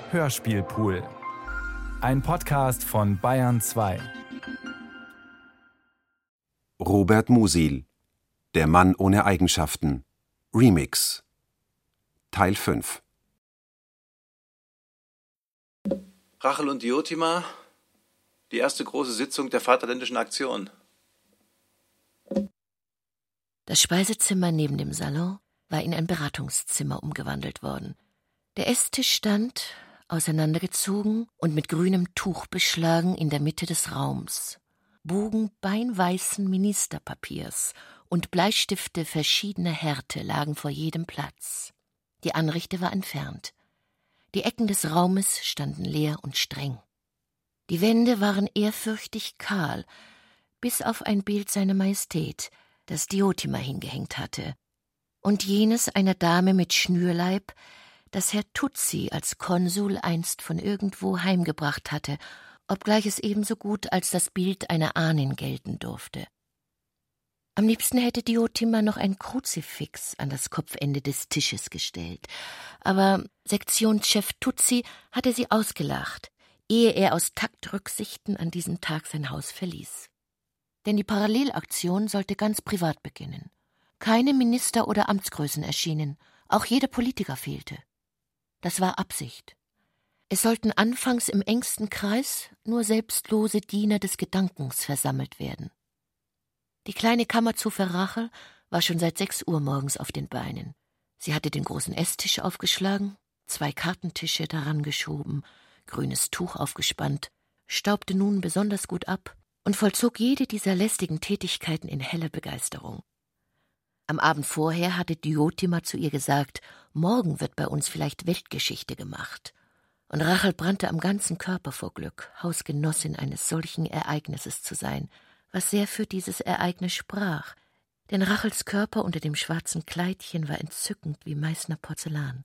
Hörspielpool. Ein Podcast von Bayern 2. Robert Musil, Der Mann ohne Eigenschaften. Remix. Teil 5. Rachel und Diotima, die erste große Sitzung der Vaterländischen Aktion. Das Speisezimmer neben dem Salon war in ein Beratungszimmer umgewandelt worden. Der Esstisch stand, auseinandergezogen und mit grünem Tuch beschlagen, in der Mitte des Raums. Bogen beinweißen Ministerpapiers und Bleistifte verschiedener Härte lagen vor jedem Platz. Die Anrichte war entfernt. Die Ecken des Raumes standen leer und streng. Die Wände waren ehrfürchtig kahl, bis auf ein Bild seiner Majestät, das Diotima hingehängt hatte, und jenes einer Dame mit Schnürleib, das Herr Tutsi als Konsul einst von irgendwo heimgebracht hatte, obgleich es ebenso gut als das Bild einer Ahnin gelten durfte. Am liebsten hätte Diotima noch ein Kruzifix an das Kopfende des Tisches gestellt, aber Sektionschef Tutsi hatte sie ausgelacht, ehe er aus Taktrücksichten an diesem Tag sein Haus verließ. Denn die Parallelaktion sollte ganz privat beginnen. Keine Minister oder Amtsgrößen erschienen, auch jeder Politiker fehlte. Das war Absicht. Es sollten anfangs im engsten Kreis nur selbstlose Diener des Gedankens versammelt werden. Die kleine Kammerzofe Rachel war schon seit 6 Uhr morgens auf den Beinen. Sie hatte den großen Esstisch aufgeschlagen, 2 Kartentische daran geschoben, grünes Tuch aufgespannt, staubte nun besonders gut ab und vollzog jede dieser lästigen Tätigkeiten in heller Begeisterung. Am Abend vorher hatte Diotima zu ihr gesagt, morgen wird bei uns vielleicht Weltgeschichte gemacht. Und Rachel brannte am ganzen Körper vor Glück, Hausgenossin eines solchen Ereignisses zu sein, was sehr für dieses Ereignis sprach, denn Rachels Körper unter dem schwarzen Kleidchen war entzückend wie Meißner Porzellan.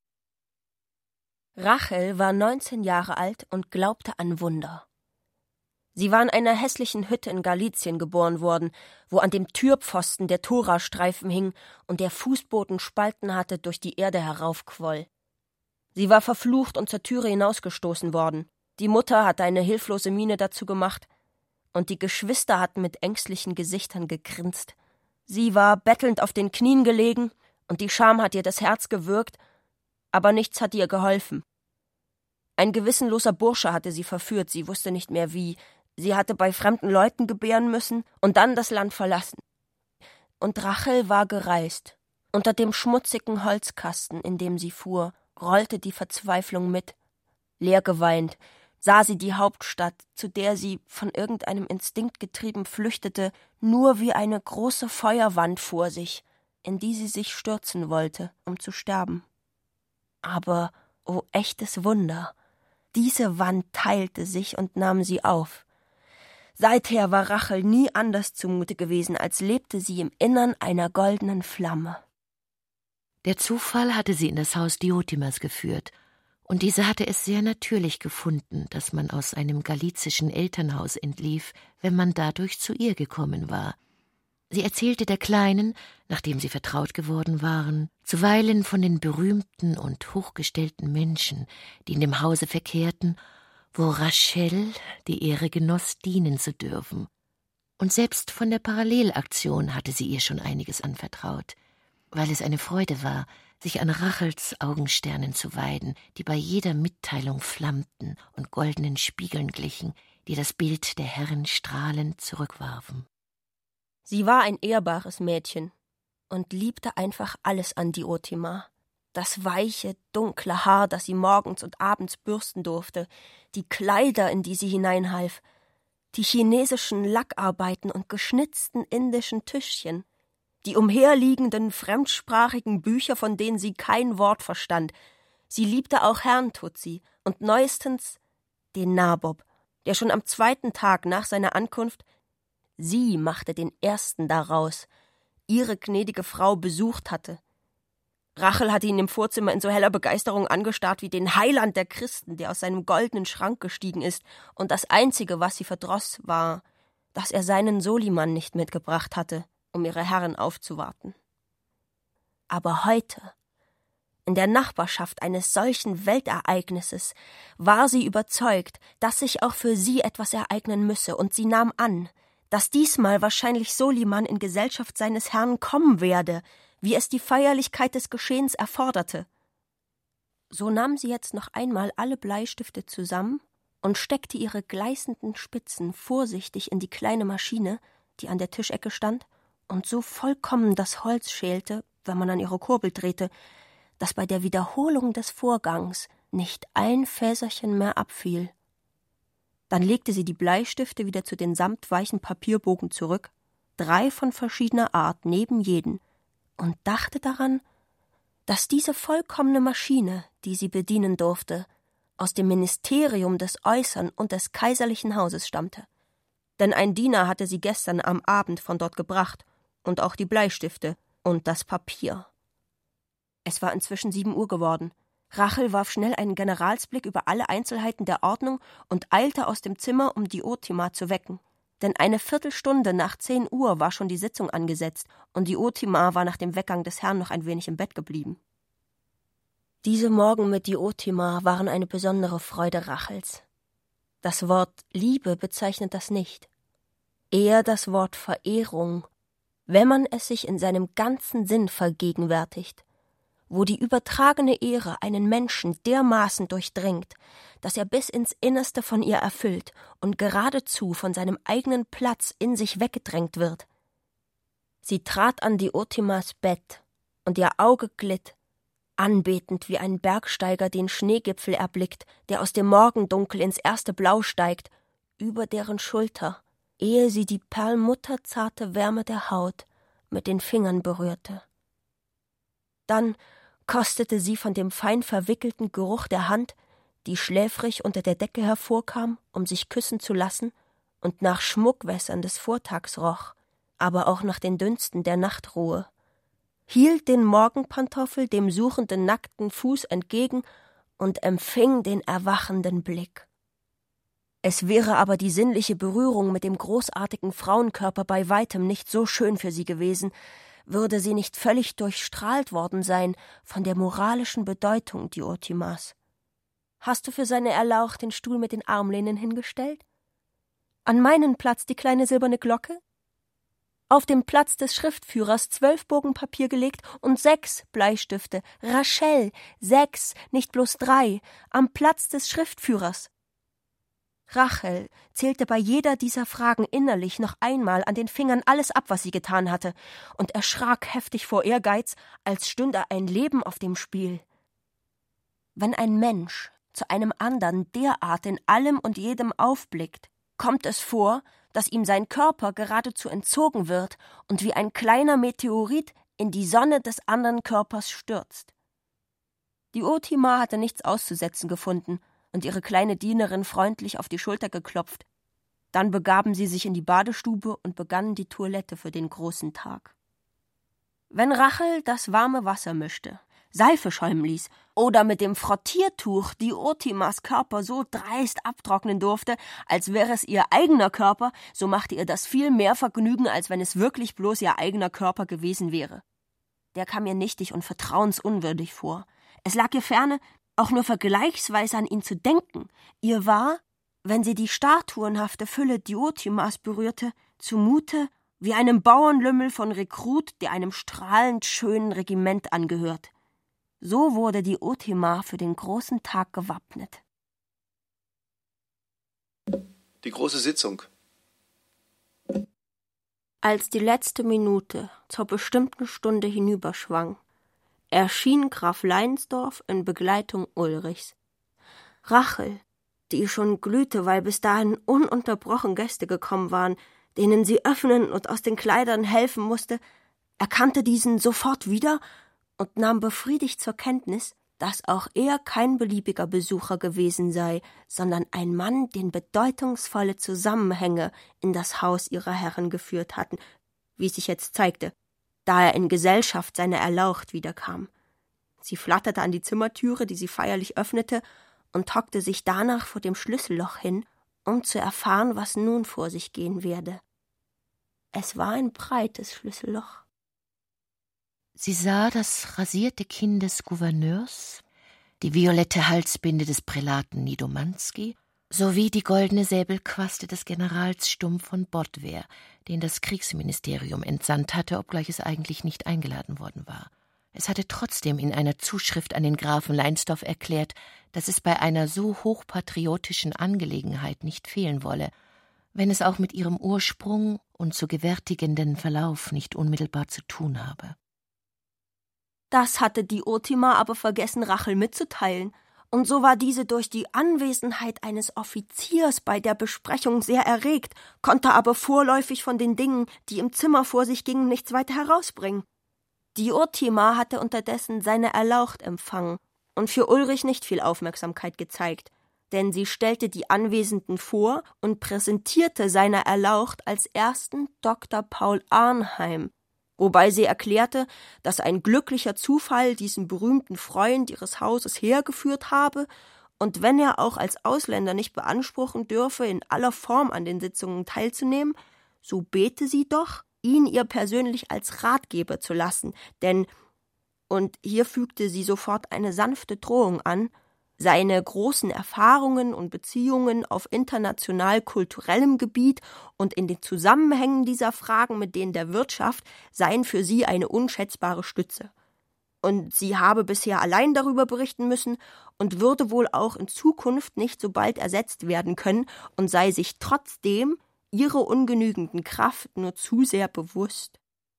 Rachel war 19 Jahre alt und glaubte an Wunder. Sie war in einer hässlichen Hütte in Galizien geboren worden, wo an dem Türpfosten der Torastreifen hing und der Fußboden Spalten hatte, durch die Erde heraufquoll. Sie war verflucht und zur Türe hinausgestoßen worden. Die Mutter hatte eine hilflose Miene dazu gemacht, und die Geschwister hatten mit ängstlichen Gesichtern gegrinst. Sie war bettelnd auf den Knien gelegen, und die Scham hat ihr das Herz gewürgt, aber nichts hat ihr geholfen. Ein gewissenloser Bursche hatte sie verführt, sie wusste nicht mehr wie. Sie hatte bei fremden Leuten gebären müssen und dann das Land verlassen. Und Rachel war gereist. Unter dem schmutzigen Holzkasten, in dem sie fuhr, rollte die Verzweiflung mit. Leer geweint sah sie die Hauptstadt, zu der sie, von irgendeinem Instinkt getrieben, flüchtete, nur wie eine große Feuerwand vor sich, in die sie sich stürzen wollte, um zu sterben. Aber, oh echtes Wunder, diese Wand teilte sich und nahm sie auf. Seither war Rachel nie anders zumute gewesen, als lebte sie im Innern einer goldenen Flamme. Der Zufall hatte sie in das Haus Diotimas geführt, und diese hatte es sehr natürlich gefunden, dass man aus einem galizischen Elternhaus entlief, wenn man dadurch zu ihr gekommen war. Sie erzählte der Kleinen, nachdem sie vertraut geworden waren, zuweilen von den berühmten und hochgestellten Menschen, die in dem Hause verkehrten, wo Rachel die Ehre genoss, dienen zu dürfen. Und selbst von der Parallelaktion hatte sie ihr schon einiges anvertraut, weil es eine Freude war, sich an Rachels Augensternen zu weiden, die bei jeder Mitteilung flammten und goldenen Spiegeln glichen, die das Bild der Herren strahlend zurückwarfen. Sie war ein ehrbares Mädchen und liebte einfach alles an Diotima. Das weiche, dunkle Haar, das sie morgens und abends bürsten durfte, die Kleider, in die sie hineinhalf, die chinesischen Lackarbeiten und geschnitzten indischen Tischchen, die umherliegenden fremdsprachigen Bücher, von denen sie kein Wort verstand. Sie liebte auch Herrn Tutsi und neuestens den Nabob, der schon am 2. Tag nach seiner Ankunft, sie machte den ersten daraus, ihre gnädige Frau besucht hatte. Rachel hatte ihn im Vorzimmer in so heller Begeisterung angestarrt wie den Heiland der Christen, der aus seinem goldenen Schrank gestiegen ist, und das Einzige, was sie verdross, war, dass er seinen Soliman nicht mitgebracht hatte, um ihre Herren aufzuwarten. Aber heute, in der Nachbarschaft eines solchen Weltereignisses, war sie überzeugt, dass sich auch für sie etwas ereignen müsse, und sie nahm an, dass diesmal wahrscheinlich Soliman in Gesellschaft seines Herrn kommen werde, wie es die Feierlichkeit des Geschehens erforderte. So nahm sie jetzt noch einmal alle Bleistifte zusammen und steckte ihre gleißenden Spitzen vorsichtig in die kleine Maschine, die an der Tischecke stand, und so vollkommen das Holz schälte, wenn man an ihre Kurbel drehte, dass bei der Wiederholung des Vorgangs nicht ein Fäserchen mehr abfiel. Dann legte sie die Bleistifte wieder zu den samtweichen Papierbogen zurück, 3 von verschiedener Art neben jeden, und dachte daran, dass diese vollkommene Maschine, die sie bedienen durfte, aus dem Ministerium des Äußern und des kaiserlichen Hauses stammte. Denn ein Diener hatte sie gestern am Abend von dort gebracht, und auch die Bleistifte und das Papier. Es war inzwischen 7 Uhr geworden. Rachel warf schnell einen Generalsblick über alle Einzelheiten der Ordnung und eilte aus dem Zimmer, um Diotima zu wecken. Denn eine Viertelstunde nach 10 Uhr war schon die Sitzung angesetzt, und Diotima war nach dem Weggang des Herrn noch ein wenig im Bett geblieben. Diese Morgen mit Diotima waren eine besondere Freude Rachels. Das Wort Liebe bezeichnet das nicht, eher das Wort Verehrung, wenn man es sich in seinem ganzen Sinn vergegenwärtigt, wo die übertragene Ehre einen Menschen dermaßen durchdringt, dass er bis ins Innerste von ihr erfüllt und geradezu von seinem eigenen Platz in sich weggedrängt wird. Sie trat an Diotimas Bett, und ihr Auge glitt, anbetend wie ein Bergsteiger den Schneegipfel erblickt, der aus dem Morgendunkel ins erste Blau steigt, über deren Schulter, ehe sie die perlmutterzarte Wärme der Haut mit den Fingern berührte. Dann kostete sie von dem fein verwickelten Geruch der Hand, die schläfrig unter der Decke hervorkam, um sich küssen zu lassen, und nach Schmuckwässern des Vortags roch, aber auch nach den Dünsten der Nachtruhe, hielt den Morgenpantoffel dem suchenden nackten Fuß entgegen und empfing den erwachenden Blick. Es wäre aber die sinnliche Berührung mit dem großartigen Frauenkörper bei weitem nicht so schön für sie gewesen, würde sie nicht völlig durchstrahlt worden sein von der moralischen Bedeutung Diotimas. »Hast du für seine Erlauch den Stuhl mit den Armlehnen hingestellt? An meinen Platz die kleine silberne Glocke? Auf dem Platz des Schriftführers 12 Bogen Papier gelegt und 6 Bleistifte. Rachel, 6, nicht bloß 3, am Platz des Schriftführers.« Rachel zählte bei jeder dieser Fragen innerlich noch einmal an den Fingern alles ab, was sie getan hatte, und erschrak heftig vor Ehrgeiz, als stünde ein Leben auf dem Spiel. Wenn ein Mensch zu einem andern derart in allem und jedem aufblickt, kommt es vor, dass ihm sein Körper geradezu entzogen wird und wie ein kleiner Meteorit in die Sonne des anderen Körpers stürzt. Diotima hatte nichts auszusetzen gefunden und ihre kleine Dienerin freundlich auf die Schulter geklopft. Dann begaben sie sich in die Badestube und begannen die Toilette für den großen Tag. Wenn Rachel das warme Wasser mischte, Seife schäumen ließ oder mit dem Frottiertuch Diotimas Körper so dreist abtrocknen durfte, als wäre es ihr eigener Körper, so machte ihr das viel mehr Vergnügen, als wenn es wirklich bloß ihr eigener Körper gewesen wäre. Der kam ihr nichtig und vertrauensunwürdig vor. Es lag ihr ferne, auch nur vergleichsweise an ihn zu denken. Ihr war, wenn sie die statuenhafte Fülle Diotimas berührte, zumute wie einem Bauernlümmel von Rekrut, der einem strahlend schönen Regiment angehört. So wurde Diotima für den großen Tag gewappnet. Die große Sitzung. Als die letzte Minute zur bestimmten Stunde hinüberschwang, erschien Graf Leinsdorf in Begleitung Ulrichs. Rachel, die schon glühte, weil bis dahin ununterbrochen Gäste gekommen waren, denen sie öffnen und aus den Kleidern helfen musste, erkannte diesen sofort wieder und nahm befriedigt zur Kenntnis, dass auch er kein beliebiger Besucher gewesen sei, sondern ein Mann, den bedeutungsvolle Zusammenhänge in das Haus ihrer Herren geführt hatten, wie sich jetzt zeigte, da er in Gesellschaft seiner Erlaucht wiederkam. Sie flatterte an die Zimmertüre, die sie feierlich öffnete, und hockte sich danach vor dem Schlüsselloch hin, um zu erfahren, was nun vor sich gehen werde. Es war ein breites Schlüsselloch. Sie sah das rasierte Kinn des Gouverneurs, die violette Halsbinde des Prälaten Nidomanski sowie die goldene Säbelquaste des Generals Stumm von Bottwer, den das Kriegsministerium entsandt hatte, obgleich es eigentlich nicht eingeladen worden war. Es hatte trotzdem in einer Zuschrift an den Grafen Leinsdorf erklärt, dass es bei einer so hochpatriotischen Angelegenheit nicht fehlen wolle, wenn es auch mit ihrem Ursprung und zu gewärtigenden Verlauf nicht unmittelbar zu tun habe. Das hatte Diotima aber vergessen, Rachel mitzuteilen, und so war diese durch die Anwesenheit eines Offiziers bei der Besprechung sehr erregt, konnte aber vorläufig von den Dingen, die im Zimmer vor sich gingen, nichts weiter herausbringen. Diotima hatte unterdessen seine Erlaucht empfangen und für Ulrich nicht viel Aufmerksamkeit gezeigt, denn sie stellte die Anwesenden vor und präsentierte seiner Erlaucht als ersten Dr. Paul Arnheim, wobei sie erklärte, dass ein glücklicher Zufall diesen berühmten Freund ihres Hauses hergeführt habe, und wenn er auch als Ausländer nicht beanspruchen dürfe, in aller Form an den Sitzungen teilzunehmen, so bete sie doch, ihn ihr persönlich als Ratgeber zu lassen, denn, und hier fügte sie sofort eine sanfte Drohung an, seine großen Erfahrungen und Beziehungen auf international-kulturellem Gebiet und in den Zusammenhängen dieser Fragen mit denen der Wirtschaft seien für sie eine unschätzbare Stütze. Und sie habe bisher allein darüber berichten müssen und würde wohl auch in Zukunft nicht so bald ersetzt werden können und sei sich trotzdem ihrer ungenügenden Kraft nur zu sehr bewusst.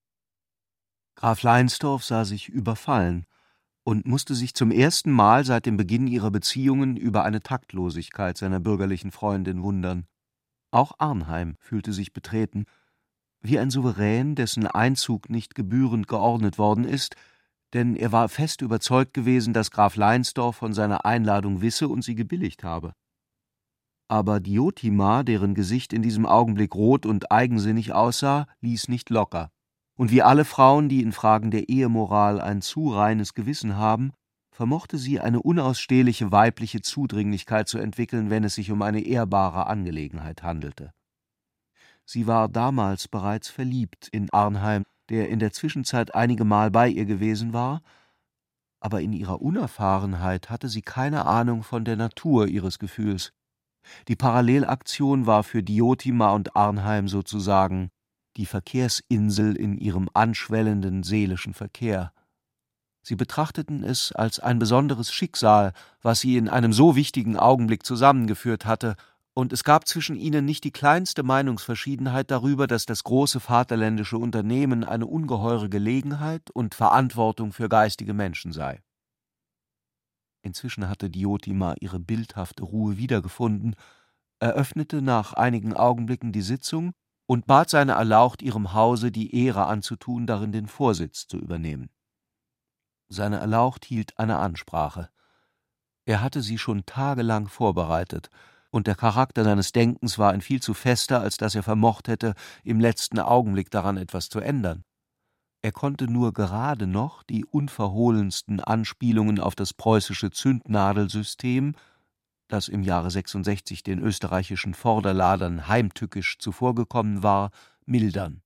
Graf Leinsdorf sah sich überfallen und musste sich zum ersten Mal seit dem Beginn ihrer Beziehungen über eine Taktlosigkeit seiner bürgerlichen Freundin wundern. Auch Arnheim fühlte sich betreten, wie ein Souverän, dessen Einzug nicht gebührend geordnet worden ist, denn er war fest überzeugt gewesen, dass Graf Leinsdorf von seiner Einladung wisse und sie gebilligt habe. Aber Diotima, deren Gesicht in diesem Augenblick rot und eigensinnig aussah, ließ nicht locker. Und wie alle Frauen, die in Fragen der Ehemoral ein zu reines Gewissen haben, vermochte sie eine unausstehliche weibliche Zudringlichkeit zu entwickeln, wenn es sich um eine ehrbare Angelegenheit handelte. Sie war damals bereits verliebt in Arnheim, der in der Zwischenzeit einige Mal bei ihr gewesen war, aber in ihrer Unerfahrenheit hatte sie keine Ahnung von der Natur ihres Gefühls. Die Parallelaktion war für Diotima und Arnheim sozusagen die Verkehrsinsel in ihrem anschwellenden seelischen Verkehr. Sie betrachteten es als ein besonderes Schicksal, was sie in einem so wichtigen Augenblick zusammengeführt hatte, und es gab zwischen ihnen nicht die kleinste Meinungsverschiedenheit darüber, dass das große vaterländische Unternehmen eine ungeheure Gelegenheit und Verantwortung für geistige Menschen sei. Inzwischen hatte Diotima ihre bildhafte Ruhe wiedergefunden, eröffnete nach einigen Augenblicken die Sitzung und bat seine Erlaucht, ihrem Hause die Ehre anzutun, darin den Vorsitz zu übernehmen. Seine Erlaucht hielt eine Ansprache. Er hatte sie schon tagelang vorbereitet, und der Charakter seines Denkens war ein viel zu fester, als dass er vermocht hätte, im letzten Augenblick daran etwas zu ändern. Er konnte nur gerade noch die unverhohlensten Anspielungen auf das preußische Zündnadelsystem, das im Jahre 66 den österreichischen Vorderladern heimtückisch zuvorgekommen war, mildern.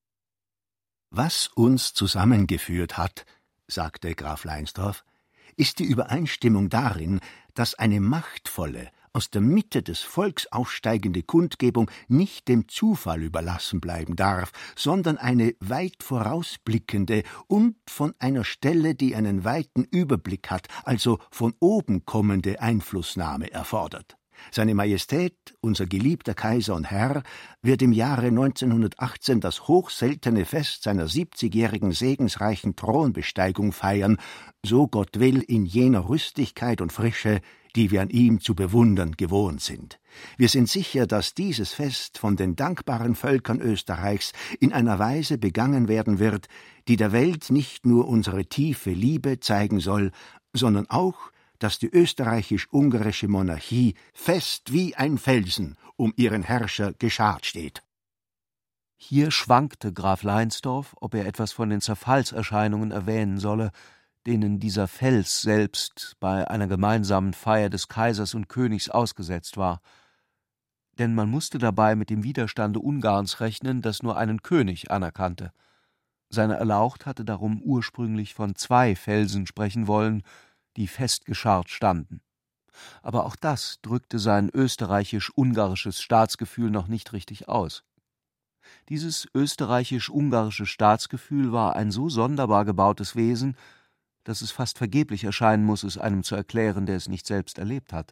Was uns zusammengeführt hat, sagte Graf Leinsdorf, ist die Übereinstimmung darin, dass eine machtvolle, aus der Mitte des Volks aufsteigende Kundgebung nicht dem Zufall überlassen bleiben darf, sondern eine weit vorausblickende und von einer Stelle, die einen weiten Überblick hat, also von oben kommende Einflussnahme erfordert. Seine Majestät, unser geliebter Kaiser und Herr, wird im Jahre 1918 das hochseltene Fest seiner 70-jährigen segensreichen Thronbesteigung feiern, so Gott will, in jener Rüstigkeit und Frische, die wir an ihm zu bewundern gewohnt sind. Wir sind sicher, dass dieses Fest von den dankbaren Völkern Österreichs in einer Weise begangen werden wird, die der Welt nicht nur unsere tiefe Liebe zeigen soll, sondern auch, dass die österreichisch-ungarische Monarchie fest wie ein Felsen um ihren Herrscher geschart steht. Hier schwankte Graf Leinsdorf, ob er etwas von den Zerfallserscheinungen erwähnen solle, denen dieser Fels selbst bei einer gemeinsamen Feier des Kaisers und Königs ausgesetzt war. Denn man musste dabei mit dem Widerstande Ungarns rechnen, das nur einen König anerkannte. Seine Erlaucht hatte darum ursprünglich von 2 Felsen sprechen wollen, die festgescharrt standen. Aber auch das drückte sein österreichisch-ungarisches Staatsgefühl noch nicht richtig aus. Dieses österreichisch-ungarische Staatsgefühl war ein so sonderbar gebautes Wesen, dass es fast vergeblich erscheinen muss, es einem zu erklären, der es nicht selbst erlebt hat.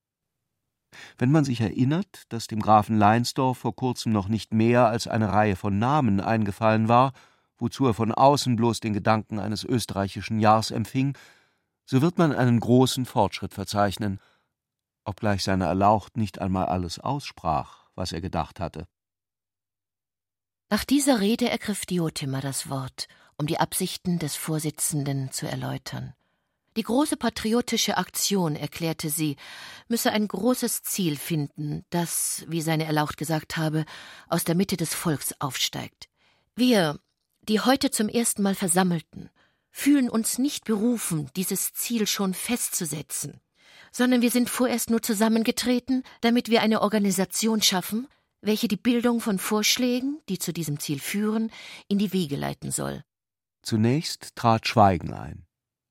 Wenn man sich erinnert, dass dem Grafen Leinsdorf vor kurzem noch nicht mehr als eine Reihe von Namen eingefallen war, wozu er von außen bloß den Gedanken eines österreichischen Jahrs empfing, so wird man einen großen Fortschritt verzeichnen, obgleich seine Erlaucht nicht einmal alles aussprach, was er gedacht hatte. Nach dieser Rede ergriff Diotima das Wort, um die Absichten des Vorsitzenden zu erläutern. Die große patriotische Aktion, erklärte sie, müsse ein großes Ziel finden, das, wie seine Erlaucht gesagt habe, aus der Mitte des Volks aufsteigt. Wir, die heute zum ersten Mal Versammelten, fühlen uns nicht berufen, dieses Ziel schon festzusetzen, sondern wir sind vorerst nur zusammengetreten, damit wir eine Organisation schaffen, welche die Bildung von Vorschlägen, die zu diesem Ziel führen, in die Wege leiten soll. Zunächst trat Schweigen ein.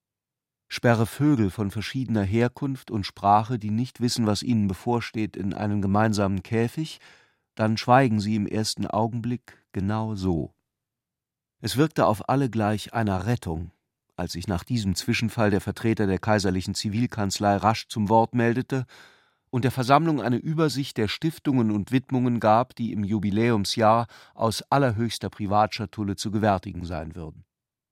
Sperre Vögel von verschiedener Herkunft und Sprache, die nicht wissen, was ihnen bevorsteht, in einen gemeinsamen Käfig, dann schweigen sie im ersten Augenblick genau so. Es wirkte auf alle gleich einer Rettung, als sich nach diesem Zwischenfall der Vertreter der kaiserlichen Zivilkanzlei rasch zum Wort meldete und der Versammlung eine Übersicht der Stiftungen und Widmungen gab, die im Jubiläumsjahr aus allerhöchster Privatschatulle zu gewärtigen sein würden.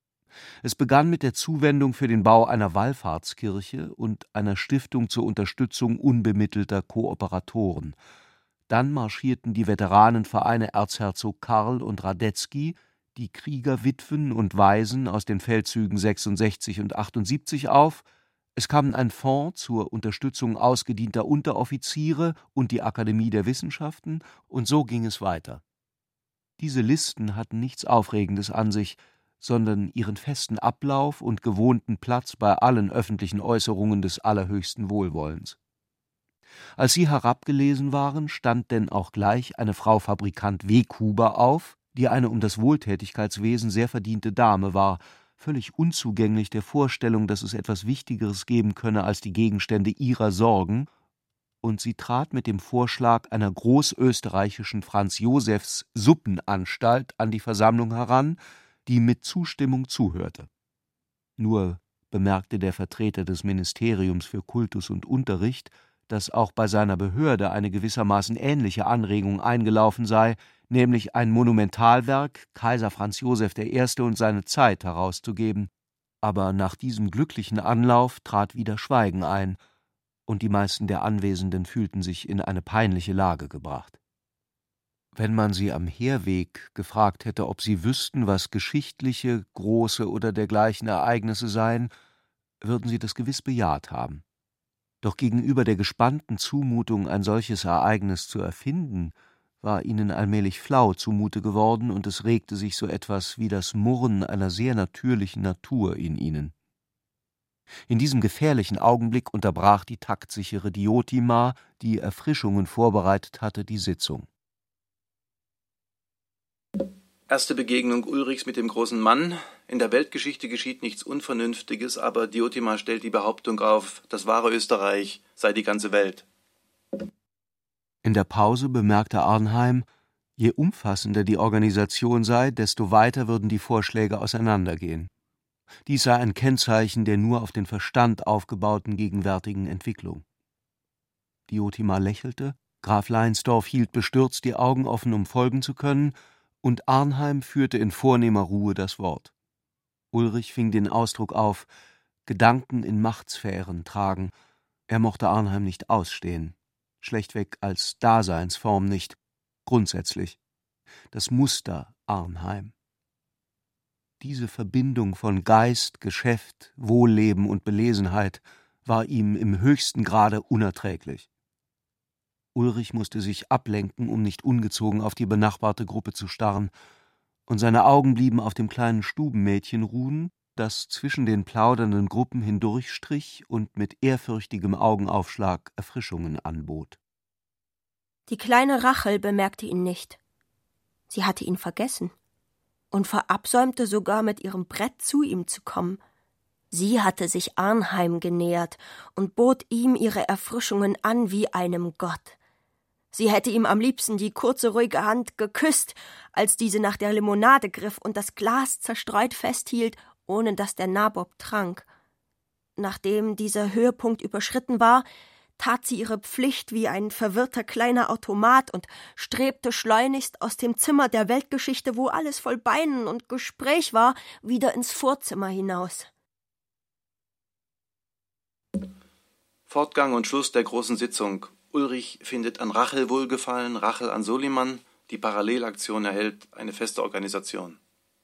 Es begann mit der Zuwendung für den Bau einer Wallfahrtskirche und einer Stiftung zur Unterstützung unbemittelter Kooperatoren. Dann marschierten die Veteranenvereine Erzherzog Karl und Radetzky, die Kriegerwitwen und Waisen aus den Feldzügen 66 und 78 auf, es kamen ein Fonds zur Unterstützung ausgedienter Unteroffiziere und die Akademie der Wissenschaften, und so ging es weiter. Diese Listen hatten nichts Aufregendes an sich, sondern ihren festen Ablauf und gewohnten Platz bei allen öffentlichen Äußerungen des allerhöchsten Wohlwollens. Als sie herabgelesen waren, stand denn auch gleich eine Frau Fabrikant Weghuber auf, die eine um das Wohltätigkeitswesen sehr verdiente Dame war, völlig unzugänglich der Vorstellung, dass es etwas Wichtigeres geben könne als die Gegenstände ihrer Sorgen, und sie trat mit dem Vorschlag einer großösterreichischen Franz Josephs Suppenanstalt an die Versammlung heran, die mit Zustimmung zuhörte. Nur bemerkte der Vertreter des Ministeriums für Kultus und Unterricht, dass auch bei seiner Behörde eine gewissermaßen ähnliche Anregung eingelaufen sei, nämlich ein Monumentalwerk Kaiser Franz Joseph I. und seine Zeit herauszugeben. Aber nach diesem glücklichen Anlauf trat wieder Schweigen ein, und die meisten der Anwesenden fühlten sich in eine peinliche Lage gebracht. Wenn man sie am Herweg gefragt hätte, ob sie wüssten, was geschichtliche, große oder dergleichen Ereignisse seien, würden sie das gewiss bejaht haben. Doch gegenüber der gespannten Zumutung, ein solches Ereignis zu erfinden, war ihnen allmählich flau zumute geworden, und es regte sich so etwas wie das Murren einer sehr natürlichen Natur in ihnen. In diesem gefährlichen Augenblick unterbrach die taktsichere Diotima, die Erfrischungen vorbereitet hatte, die Sitzung. Erste Begegnung Ulrichs mit dem großen Mann. In der Weltgeschichte geschieht nichts Unvernünftiges, aber Diotima stellt die Behauptung auf, das wahre Österreich sei die ganze Welt. In der Pause bemerkte Arnheim, je umfassender die Organisation sei, desto weiter würden die Vorschläge auseinandergehen. Dies sei ein Kennzeichen der nur auf den Verstand aufgebauten gegenwärtigen Entwicklung. Diotima lächelte, Graf Leinsdorf hielt bestürzt die Augen offen, um folgen zu können, und Arnheim führte in vornehmer Ruhe das Wort. Ulrich fing den Ausdruck auf, Gedanken in Machtsphären tragen. Er mochte Arnheim nicht ausstehen, schlechtweg als Daseinsform nicht, grundsätzlich. Das Muster Arnheim. Diese Verbindung von Geist, Geschäft, Wohlleben und Belesenheit war ihm im höchsten Grade unerträglich. Ulrich musste sich ablenken, um nicht ungezogen auf die benachbarte Gruppe zu starren, und seine Augen blieben auf dem kleinen Stubenmädchen ruhen, das zwischen den plaudernden Gruppen hindurchstrich und mit ehrfürchtigem Augenaufschlag Erfrischungen anbot. Die kleine Rachel bemerkte ihn nicht. Sie hatte ihn vergessen. und verabsäumte sogar mit ihrem Brett zu ihm zu kommen. Sie hatte sich Arnheim genähert und bot ihm ihre Erfrischungen an wie einem Gott. Sie hätte ihm am liebsten die kurze, ruhige Hand geküsst, als diese nach der Limonade griff und das Glas zerstreut festhielt, ohne dass der Nabob trank. Nachdem dieser Höhepunkt überschritten war, tat sie ihre Pflicht wie ein verwirrter kleiner Automat und strebte schleunigst aus dem Zimmer der Weltgeschichte, wo alles voll Beinen und Gespräch war, wieder ins Vorzimmer hinaus. Fortgang und Schluss der großen Sitzung. Ulrich findet an Rachel Wohlgefallen, Rachel an Soliman. Die Parallelaktion erhält eine feste Organisation.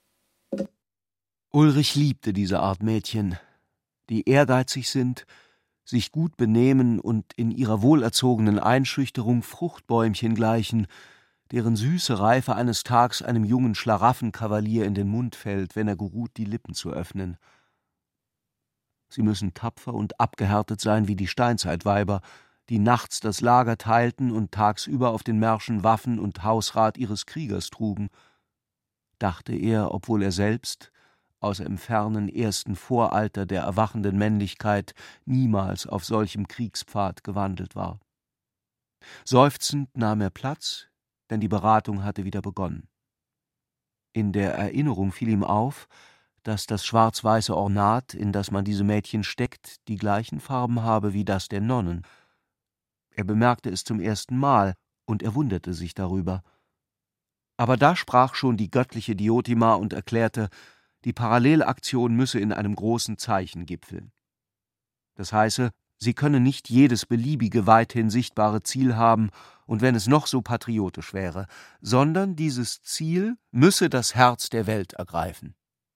Ulrich liebte diese Art Mädchen, die ehrgeizig sind, sich gut benehmen und in ihrer wohlerzogenen Einschüchterung Fruchtbäumchen gleichen, deren süße Reife eines Tags einem jungen Schlaraffenkavalier in den Mund fällt, wenn er geruht, die Lippen zu öffnen. Sie müssen tapfer und abgehärtet sein wie die Steinzeitweiber, die nachts das Lager teilten und tagsüber auf den Märschen Waffen und Hausrat ihres Kriegers trugen, dachte er, obwohl er selbst, außer im fernen ersten Voralter der erwachenden Männlichkeit, niemals auf solchem Kriegspfad gewandelt war. Seufzend nahm er Platz, denn die Beratung hatte wieder begonnen. In der Erinnerung fiel ihm auf, dass das schwarz-weiße Ornat, in das man diese Mädchen steckt, die gleichen Farben habe wie das der Nonnen. Er bemerkte es zum ersten Mal, und er wunderte sich darüber. Aber da sprach schon die göttliche Diotima und erklärte, die Parallelaktion müsse in einem großen Zeichen gipfeln. Das heiße, sie könne nicht jedes beliebige weithin sichtbare Ziel haben, und wenn es noch so patriotisch wäre, sondern dieses Ziel müsse das Herz der Welt ergreifen.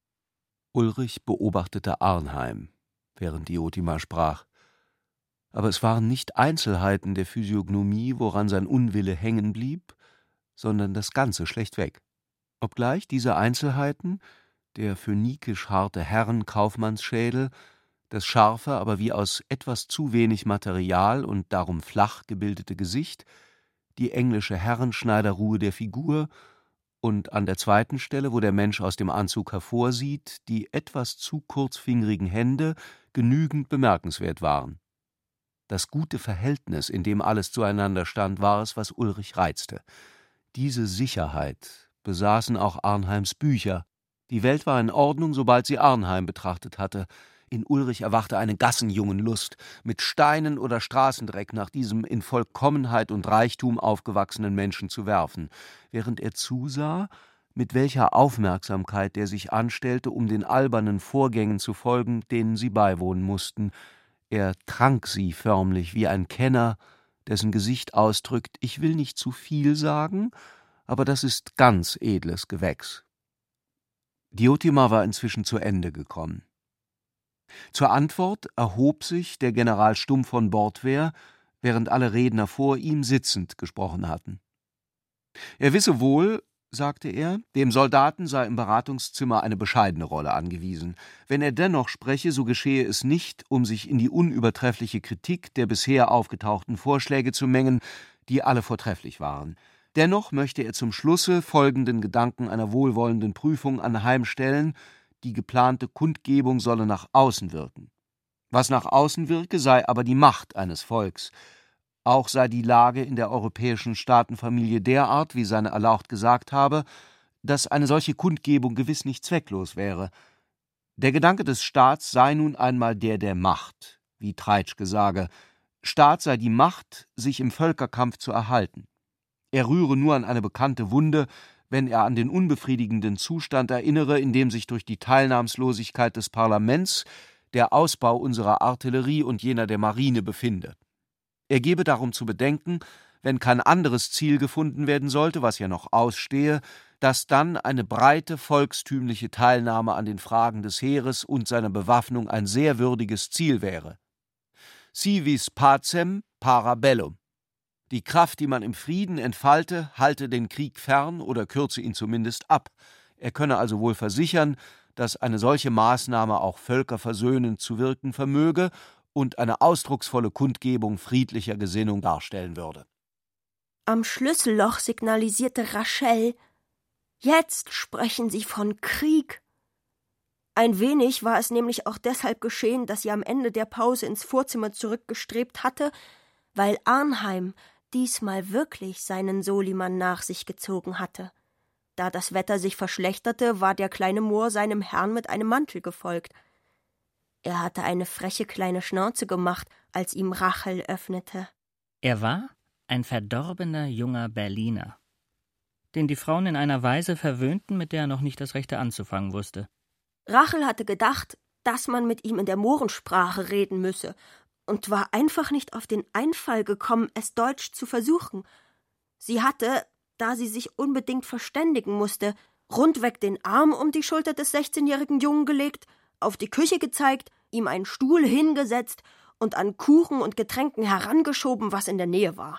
Ulrich beobachtete Arnheim, während Diotima sprach. Aber es waren nicht Einzelheiten der Physiognomie, woran sein Unwille hängen blieb, sondern das Ganze schlechtweg. Obgleich diese Einzelheiten, der phönikisch harte Herrenkaufmannsschädel, das scharfe, aber wie aus etwas zu wenig Material und darum flach gebildete Gesicht, die englische Herrenschneiderruhe der Figur und an der zweiten Stelle, wo der Mensch aus dem Anzug hervorsieht, die etwas zu kurzfingerigen Hände genügend bemerkenswert waren. Das gute Verhältnis, in dem alles zueinander stand, war es, was Ulrich reizte. Diese Sicherheit besaßen auch Arnheims Bücher. Die Welt war in Ordnung, sobald sie Arnheim betrachtet hatte. In Ulrich erwachte eine Gassenjungenlust, mit Steinen oder Straßendreck nach diesem in Vollkommenheit und Reichtum aufgewachsenen Menschen zu werfen, während er zusah, mit welcher Aufmerksamkeit der sich anstellte, um den albernen Vorgängen zu folgen, denen sie beiwohnen mussten. Er trank sie förmlich wie ein Kenner, dessen Gesicht ausdrückt, ich will nicht zu viel sagen, aber das ist ganz edles Gewächs. Diotima war inzwischen zu Ende gekommen. Zur Antwort erhob sich der General Stumm von Bordwehr, während alle Redner vor ihm sitzend gesprochen hatten. Er wisse wohl, sagte er, dem Soldaten sei im Beratungszimmer eine bescheidene Rolle angewiesen. Wenn er dennoch spreche, so geschehe es nicht, um sich in die unübertreffliche Kritik der bisher aufgetauchten Vorschläge zu mengen, die alle vortrefflich waren. Dennoch möchte er zum Schlusse folgenden Gedanken einer wohlwollenden Prüfung anheimstellen: Die geplante Kundgebung solle nach außen wirken. Was nach außen wirke, sei aber die Macht eines Volks. Auch sei die Lage in der europäischen Staatenfamilie derart, wie seine Erlaucht gesagt habe, dass eine solche Kundgebung gewiss nicht zwecklos wäre. Der Gedanke des Staats sei nun einmal der Macht, wie Treitschke sage. Staat sei die Macht, sich im Völkerkampf zu erhalten. Er rühre nur an eine bekannte Wunde, wenn er an den unbefriedigenden Zustand erinnere, in dem sich durch die Teilnahmslosigkeit des Parlaments der Ausbau unserer Artillerie und jener der Marine befinde. Er gebe darum zu bedenken, wenn kein anderes Ziel gefunden werden sollte, was ja noch ausstehe, dass dann eine breite volkstümliche Teilnahme an den Fragen des Heeres und seiner Bewaffnung ein sehr würdiges Ziel wäre. Si vis pacem para bellum. Die Kraft, die man im Frieden entfalte, halte den Krieg fern oder kürze ihn zumindest ab. Er könne also wohl versichern, dass eine solche Maßnahme auch völkerversöhnend zu wirken vermöge und eine ausdrucksvolle Kundgebung friedlicher Gesinnung darstellen würde. Am Schlüsselloch signalisierte Rachel: Jetzt sprechen Sie von Krieg. Ein wenig war es nämlich auch deshalb geschehen, dass sie am Ende der Pause ins Vorzimmer zurückgestrebt hatte, weil Arnheim diesmal wirklich seinen Soliman nach sich gezogen hatte. Da das Wetter sich verschlechterte, war der kleine Mohr seinem Herrn mit einem Mantel gefolgt. Er hatte eine freche kleine Schnauze gemacht, als ihm Rachel öffnete. Er war ein verdorbener junger Berliner, den die Frauen in einer Weise verwöhnten, mit der er noch nicht das Rechte anzufangen wusste. Rachel hatte gedacht, dass man mit ihm in der Mohrensprache reden müsse, und war einfach nicht auf den Einfall gekommen, es Deutsch zu versuchen. Sie hatte, da sie sich unbedingt verständigen musste, rundweg den Arm um die Schulter des 16-jährigen Jungen gelegt, auf die Küche gezeigt, ihm einen Stuhl hingesetzt und an Kuchen und Getränken herangeschoben, was in der Nähe war.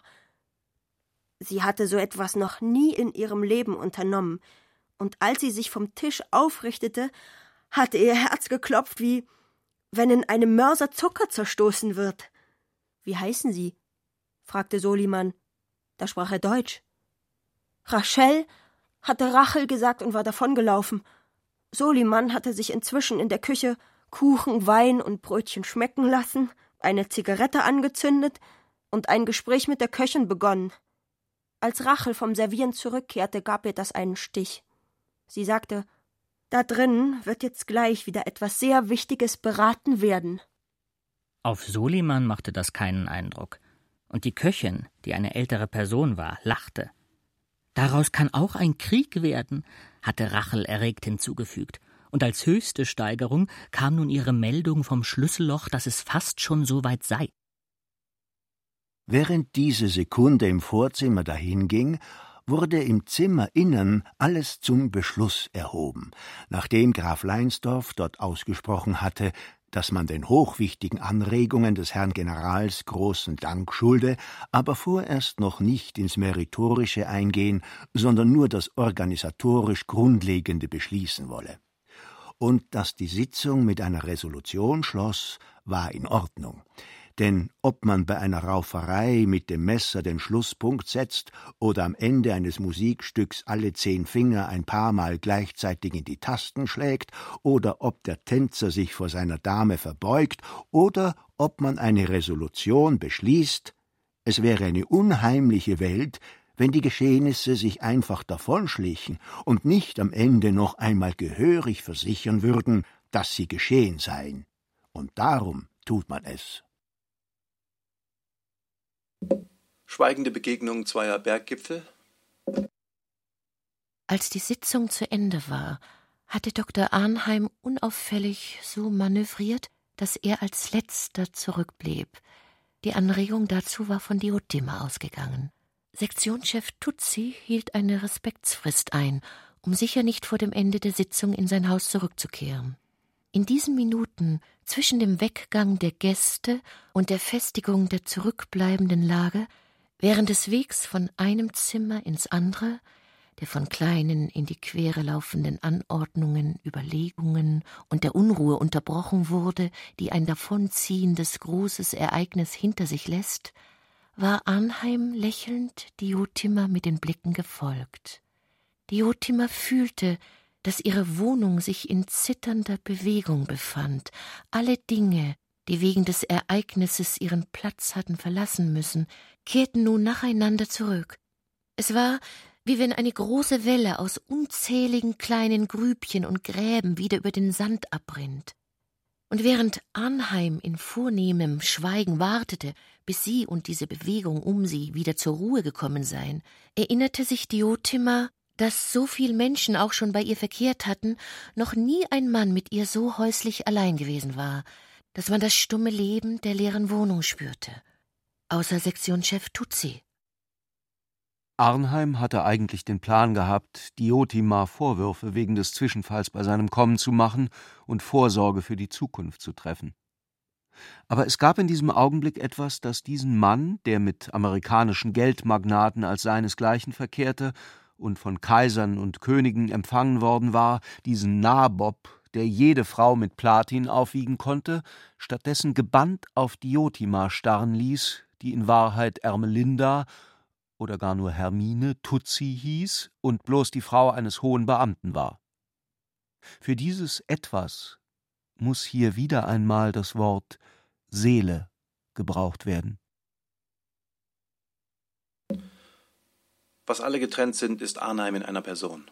Sie hatte so etwas noch nie in ihrem Leben unternommen, und als sie sich vom Tisch aufrichtete, hatte ihr Herz geklopft, wie wenn in einem Mörser Zucker zerstoßen wird. »Wie heißen Sie?« fragte Soliman. Da sprach er Deutsch. »Rachel«, hatte Rachel gesagt und war davongelaufen. Soliman hatte sich inzwischen in der Küche Kuchen, Wein und Brötchen schmecken lassen, eine Zigarette angezündet und ein Gespräch mit der Köchin begonnen. Als Rachel vom Servieren zurückkehrte, gab ihr das einen Stich. Sie sagte, »Da drinnen wird jetzt gleich wieder etwas sehr Wichtiges beraten werden.« Auf Soliman machte das keinen Eindruck. Und die Köchin, die eine ältere Person war, lachte. »Daraus kann auch ein Krieg werden«, hatte Rachel erregt hinzugefügt. Und als höchste Steigerung kam nun ihre Meldung vom Schlüsselloch, dass es fast schon so weit sei. Während diese Sekunde im Vorzimmer dahinging, wurde im Zimmerinnern alles zum Beschluss erhoben, nachdem Graf Leinsdorf dort ausgesprochen hatte, dass man den hochwichtigen Anregungen des Herrn Generals großen Dank schulde, aber vorerst noch nicht ins Meritorische eingehen, sondern nur das organisatorisch Grundlegende beschließen wolle. Und dass die Sitzung mit einer Resolution schloss, war in Ordnung. Denn ob man bei einer Rauferei mit dem Messer den Schlusspunkt setzt oder am Ende eines Musikstücks alle 10 Finger ein paar Mal gleichzeitig in die Tasten schlägt oder ob der Tänzer sich vor seiner Dame verbeugt oder ob man eine Resolution beschließt, es wäre eine unheimliche Welt, wenn die Geschehnisse sich einfach davonschlichen und nicht am Ende noch einmal gehörig versichern würden, dass sie geschehen seien. Und darum tut man es. Schweigende Begegnung zweier Berggipfel. Als die Sitzung zu Ende war, hatte Dr. Arnheim unauffällig so manövriert, dass er als Letzter zurückblieb. Die Anregung dazu war von Diotima ausgegangen. Sektionschef Tutsi hielt eine Respektsfrist ein, um sicher nicht vor dem Ende der Sitzung in sein Haus zurückzukehren. In diesen Minuten zwischen dem Weggang der Gäste und der Festigung der zurückbleibenden Lager, während des Wegs von einem Zimmer ins andere, der von kleinen in die Quere laufenden Anordnungen, Überlegungen und der Unruhe unterbrochen wurde, die ein davonziehendes großes Ereignis hinter sich lässt, war Arnheim lächelnd Diotima mit den Blicken gefolgt. Diotima fühlte, dass ihre Wohnung sich in zitternder Bewegung befand. Alle Dinge, die wegen des Ereignisses ihren Platz hatten verlassen müssen, kehrten nun nacheinander zurück. Es war, wie wenn eine große Welle aus unzähligen kleinen Grübchen und Gräben wieder über den Sand abrinnt. Und während Arnheim in vornehmem Schweigen wartete, bis sie und diese Bewegung um sie wieder zur Ruhe gekommen seien, erinnerte sich Diotima, dass so viel Menschen auch schon bei ihr verkehrt hatten, noch nie ein Mann mit ihr so häuslich allein gewesen war, dass man das stumme Leben der leeren Wohnung spürte, außer Sektionschef Tutsi. Arnheim hatte eigentlich den Plan gehabt, Diotima Vorwürfe wegen des Zwischenfalls bei seinem Kommen zu machen und Vorsorge für die Zukunft zu treffen. Aber es gab in diesem Augenblick etwas, das diesen Mann, der mit amerikanischen Geldmagnaten als seinesgleichen verkehrte und von Kaisern und Königen empfangen worden war, diesen Nabob, der jede Frau mit Platin aufwiegen konnte, stattdessen gebannt auf Diotima starren ließ, die in Wahrheit Ermelinda oder gar nur Hermine Tutsi hieß und bloß die Frau eines hohen Beamten war. Für dieses Etwas muss hier wieder einmal das Wort Seele gebraucht werden. Was alle getrennt sind, ist Arnheim in einer Person.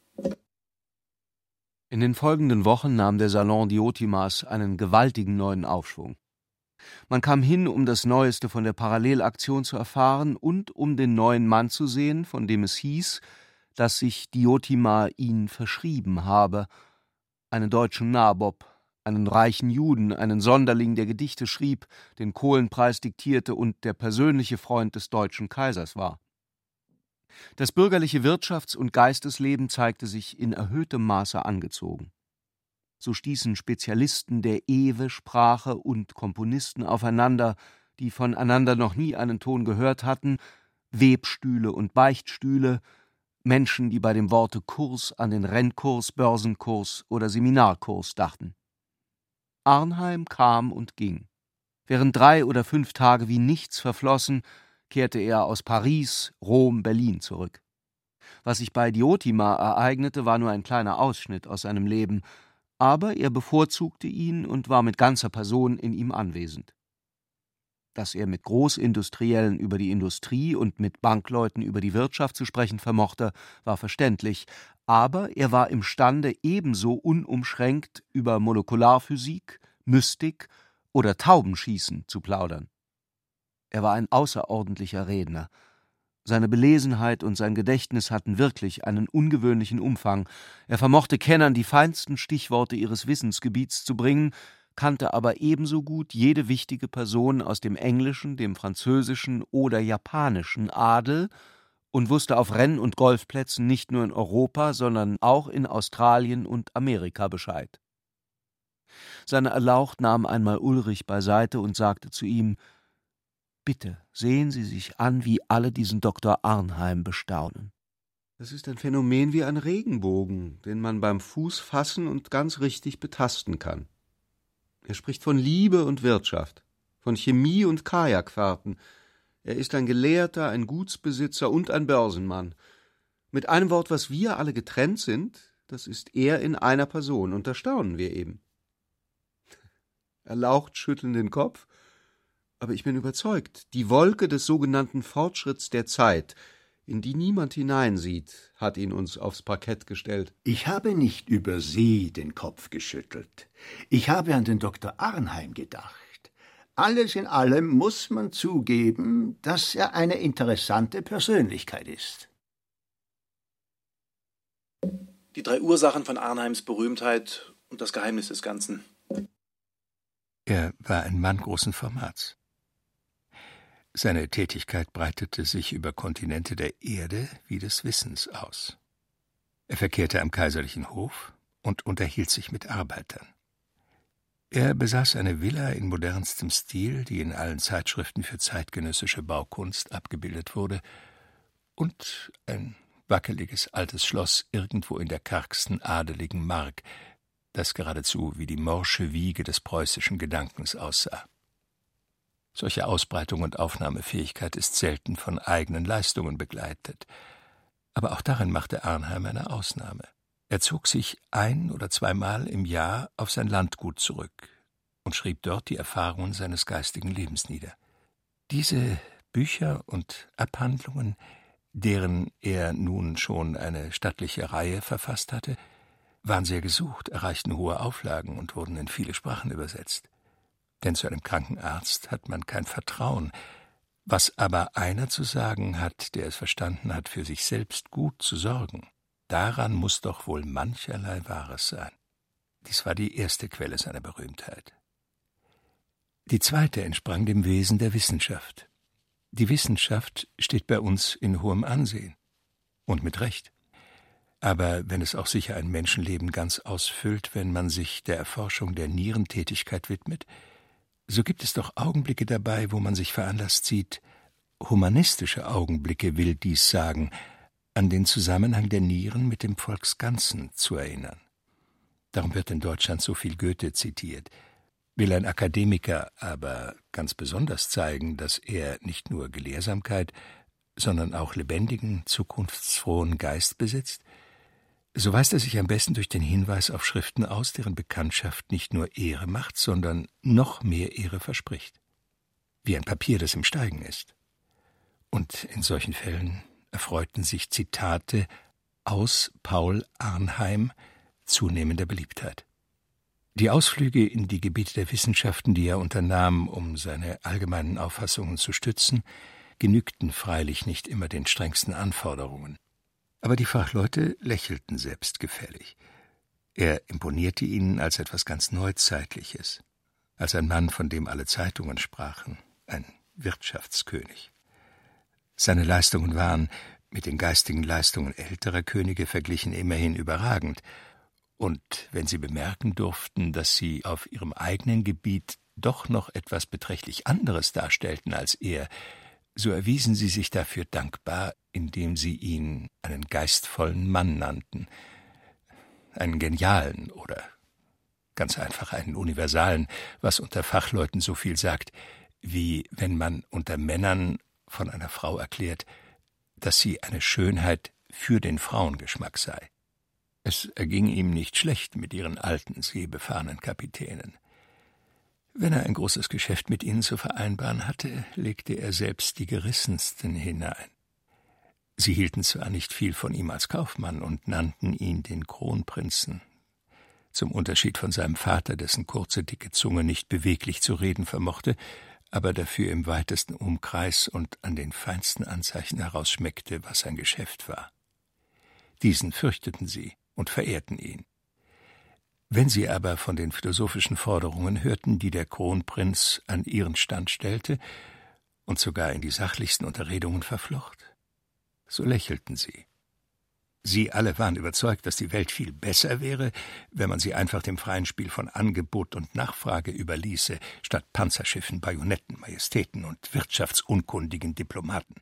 In den folgenden Wochen nahm der Salon Diotimas einen gewaltigen neuen Aufschwung. Man kam hin, um das Neueste von der Parallelaktion zu erfahren und um den neuen Mann zu sehen, von dem es hieß, dass sich Diotima ihn verschrieben habe, einen deutschen Nabob, einen reichen Juden, einen Sonderling, der Gedichte schrieb, den Kohlenpreis diktierte und der persönliche Freund des deutschen Kaisers war. Das bürgerliche Wirtschafts- und Geistesleben zeigte sich in erhöhtem Maße angezogen. So stießen Spezialisten der Ewe-Sprache und Komponisten aufeinander, die voneinander noch nie einen Ton gehört hatten, Webstühle und Beichtstühle, Menschen, die bei dem Worte Kurs an den Rennkurs, Börsenkurs oder Seminarkurs dachten. Arnheim kam und ging. Während 3 oder 5 Tage wie nichts verflossen, kehrte er aus Paris, Rom, Berlin zurück. Was sich bei Diotima ereignete, war nur ein kleiner Ausschnitt aus seinem Leben, aber er bevorzugte ihn und war mit ganzer Person in ihm anwesend. Dass er mit Großindustriellen über die Industrie und mit Bankleuten über die Wirtschaft zu sprechen vermochte, war verständlich, aber er war imstande, ebenso unumschränkt über Molekularphysik, Mystik oder Taubenschießen zu plaudern. Er war ein außerordentlicher Redner. Seine Belesenheit und sein Gedächtnis hatten wirklich einen ungewöhnlichen Umfang. Er vermochte Kennern die feinsten Stichworte ihres Wissensgebiets zu bringen, kannte aber ebenso gut jede wichtige Person aus dem englischen, dem französischen oder japanischen Adel und wusste auf Renn- und Golfplätzen nicht nur in Europa, sondern auch in Australien und Amerika Bescheid. Seine Erlaucht nahm einmal Ulrich beiseite und sagte zu ihm: »Bitte, sehen Sie sich an, wie alle diesen Dr. Arnheim bestaunen. Das ist ein Phänomen wie ein Regenbogen, den man beim Fuß fassen und ganz richtig betasten kann. Er spricht von Liebe und Wirtschaft, von Chemie und Kajakfahrten. Er ist ein Gelehrter, ein Gutsbesitzer und ein Börsenmann. Mit einem Wort, was wir alle getrennt sind, das ist er in einer Person, und da staunen wir eben.« Erlaucht schütteln den Kopf, aber ich bin überzeugt, die Wolke des sogenannten Fortschritts der Zeit, in die niemand hineinsieht, hat ihn uns aufs Parkett gestellt. Ich habe nicht über Sie den Kopf geschüttelt. Ich habe an den Dr. Arnheim gedacht. Alles in allem muss man zugeben, dass er eine interessante Persönlichkeit ist. Die 3 Ursachen von Arnheims Berühmtheit und das Geheimnis des Ganzen. Er war ein Mann großen Formats. Seine Tätigkeit breitete sich über Kontinente der Erde wie des Wissens aus. Er verkehrte am kaiserlichen Hof und unterhielt sich mit Arbeitern. Er besaß eine Villa in modernstem Stil, die in allen Zeitschriften für zeitgenössische Baukunst abgebildet wurde, und ein wackeliges altes Schloss irgendwo in der kargsten adeligen Mark, das geradezu wie die morsche Wiege des preußischen Gedankens aussah. Solche Ausbreitung und Aufnahmefähigkeit ist selten von eigenen Leistungen begleitet. Aber auch darin machte Arnheim eine Ausnahme. Er zog sich 1 oder 2 Mal im Jahr auf sein Landgut zurück und schrieb dort die Erfahrungen seines geistigen Lebens nieder. Diese Bücher und Abhandlungen, deren er nun schon eine stattliche Reihe verfasst hatte, waren sehr gesucht, erreichten hohe Auflagen und wurden in viele Sprachen übersetzt. Denn zu einem kranken Arzt hat man kein Vertrauen. Was aber einer zu sagen hat, der es verstanden hat, für sich selbst gut zu sorgen, daran muss doch wohl mancherlei Wahres sein. Dies war die erste Quelle seiner Berühmtheit. Die zweite entsprang dem Wesen der Wissenschaft. Die Wissenschaft steht bei uns in hohem Ansehen. Und mit Recht. Aber wenn es auch sicher ein Menschenleben ganz ausfüllt, wenn man sich der Erforschung der Nierentätigkeit widmet, so gibt es doch Augenblicke dabei, wo man sich veranlasst sieht, humanistische Augenblicke will dies sagen, an den Zusammenhang der Nieren mit dem Volksganzen zu erinnern. Darum wird in Deutschland so viel Goethe zitiert. Will ein Akademiker aber ganz besonders zeigen, dass er nicht nur Gelehrsamkeit, sondern auch lebendigen, zukunftsfrohen Geist besitzt, so weist er sich am besten durch den Hinweis auf Schriften aus, deren Bekanntschaft nicht nur Ehre macht, sondern noch mehr Ehre verspricht. Wie ein Papier, das im Steigen ist. Und in solchen Fällen erfreuten sich Zitate aus Paul Arnheim zunehmender Beliebtheit. Die Ausflüge in die Gebiete der Wissenschaften, die er unternahm, um seine allgemeinen Auffassungen zu stützen, genügten freilich nicht immer den strengsten Anforderungen. Aber die Fachleute lächelten selbstgefällig. Er imponierte ihnen als etwas ganz Neuzeitliches, als ein Mann, von dem alle Zeitungen sprachen, ein Wirtschaftskönig. Seine Leistungen waren, mit den geistigen Leistungen älterer Könige verglichen, immerhin überragend, und wenn sie bemerken durften, dass sie auf ihrem eigenen Gebiet doch noch etwas beträchtlich anderes darstellten als er, so erwiesen sie sich dafür dankbar, indem sie ihn einen geistvollen Mann nannten, einen genialen oder ganz einfach einen universalen, was unter Fachleuten so viel sagt, wie wenn man unter Männern von einer Frau erklärt, dass sie eine Schönheit für den Frauengeschmack sei. Es erging ihm nicht schlecht mit ihren alten, seebefahrenen Kapitänen. Wenn er ein großes Geschäft mit ihnen zu vereinbaren hatte, legte er selbst die gerissensten hinein. Sie hielten zwar nicht viel von ihm als Kaufmann und nannten ihn den Kronprinzen, zum Unterschied von seinem Vater, dessen kurze, dicke Zunge nicht beweglich zu reden vermochte, aber dafür im weitesten Umkreis und an den feinsten Anzeichen herausschmeckte, was sein Geschäft war. Diesen fürchteten sie und verehrten ihn. Wenn sie aber von den philosophischen Forderungen hörten, die der Kronprinz an ihren Stand stellte und sogar in die sachlichsten Unterredungen verflocht, so lächelten sie. Sie alle waren überzeugt, dass die Welt viel besser wäre, wenn man sie einfach dem freien Spiel von Angebot und Nachfrage überließe, statt Panzerschiffen, Bajonetten, Majestäten und wirtschaftsunkundigen Diplomaten.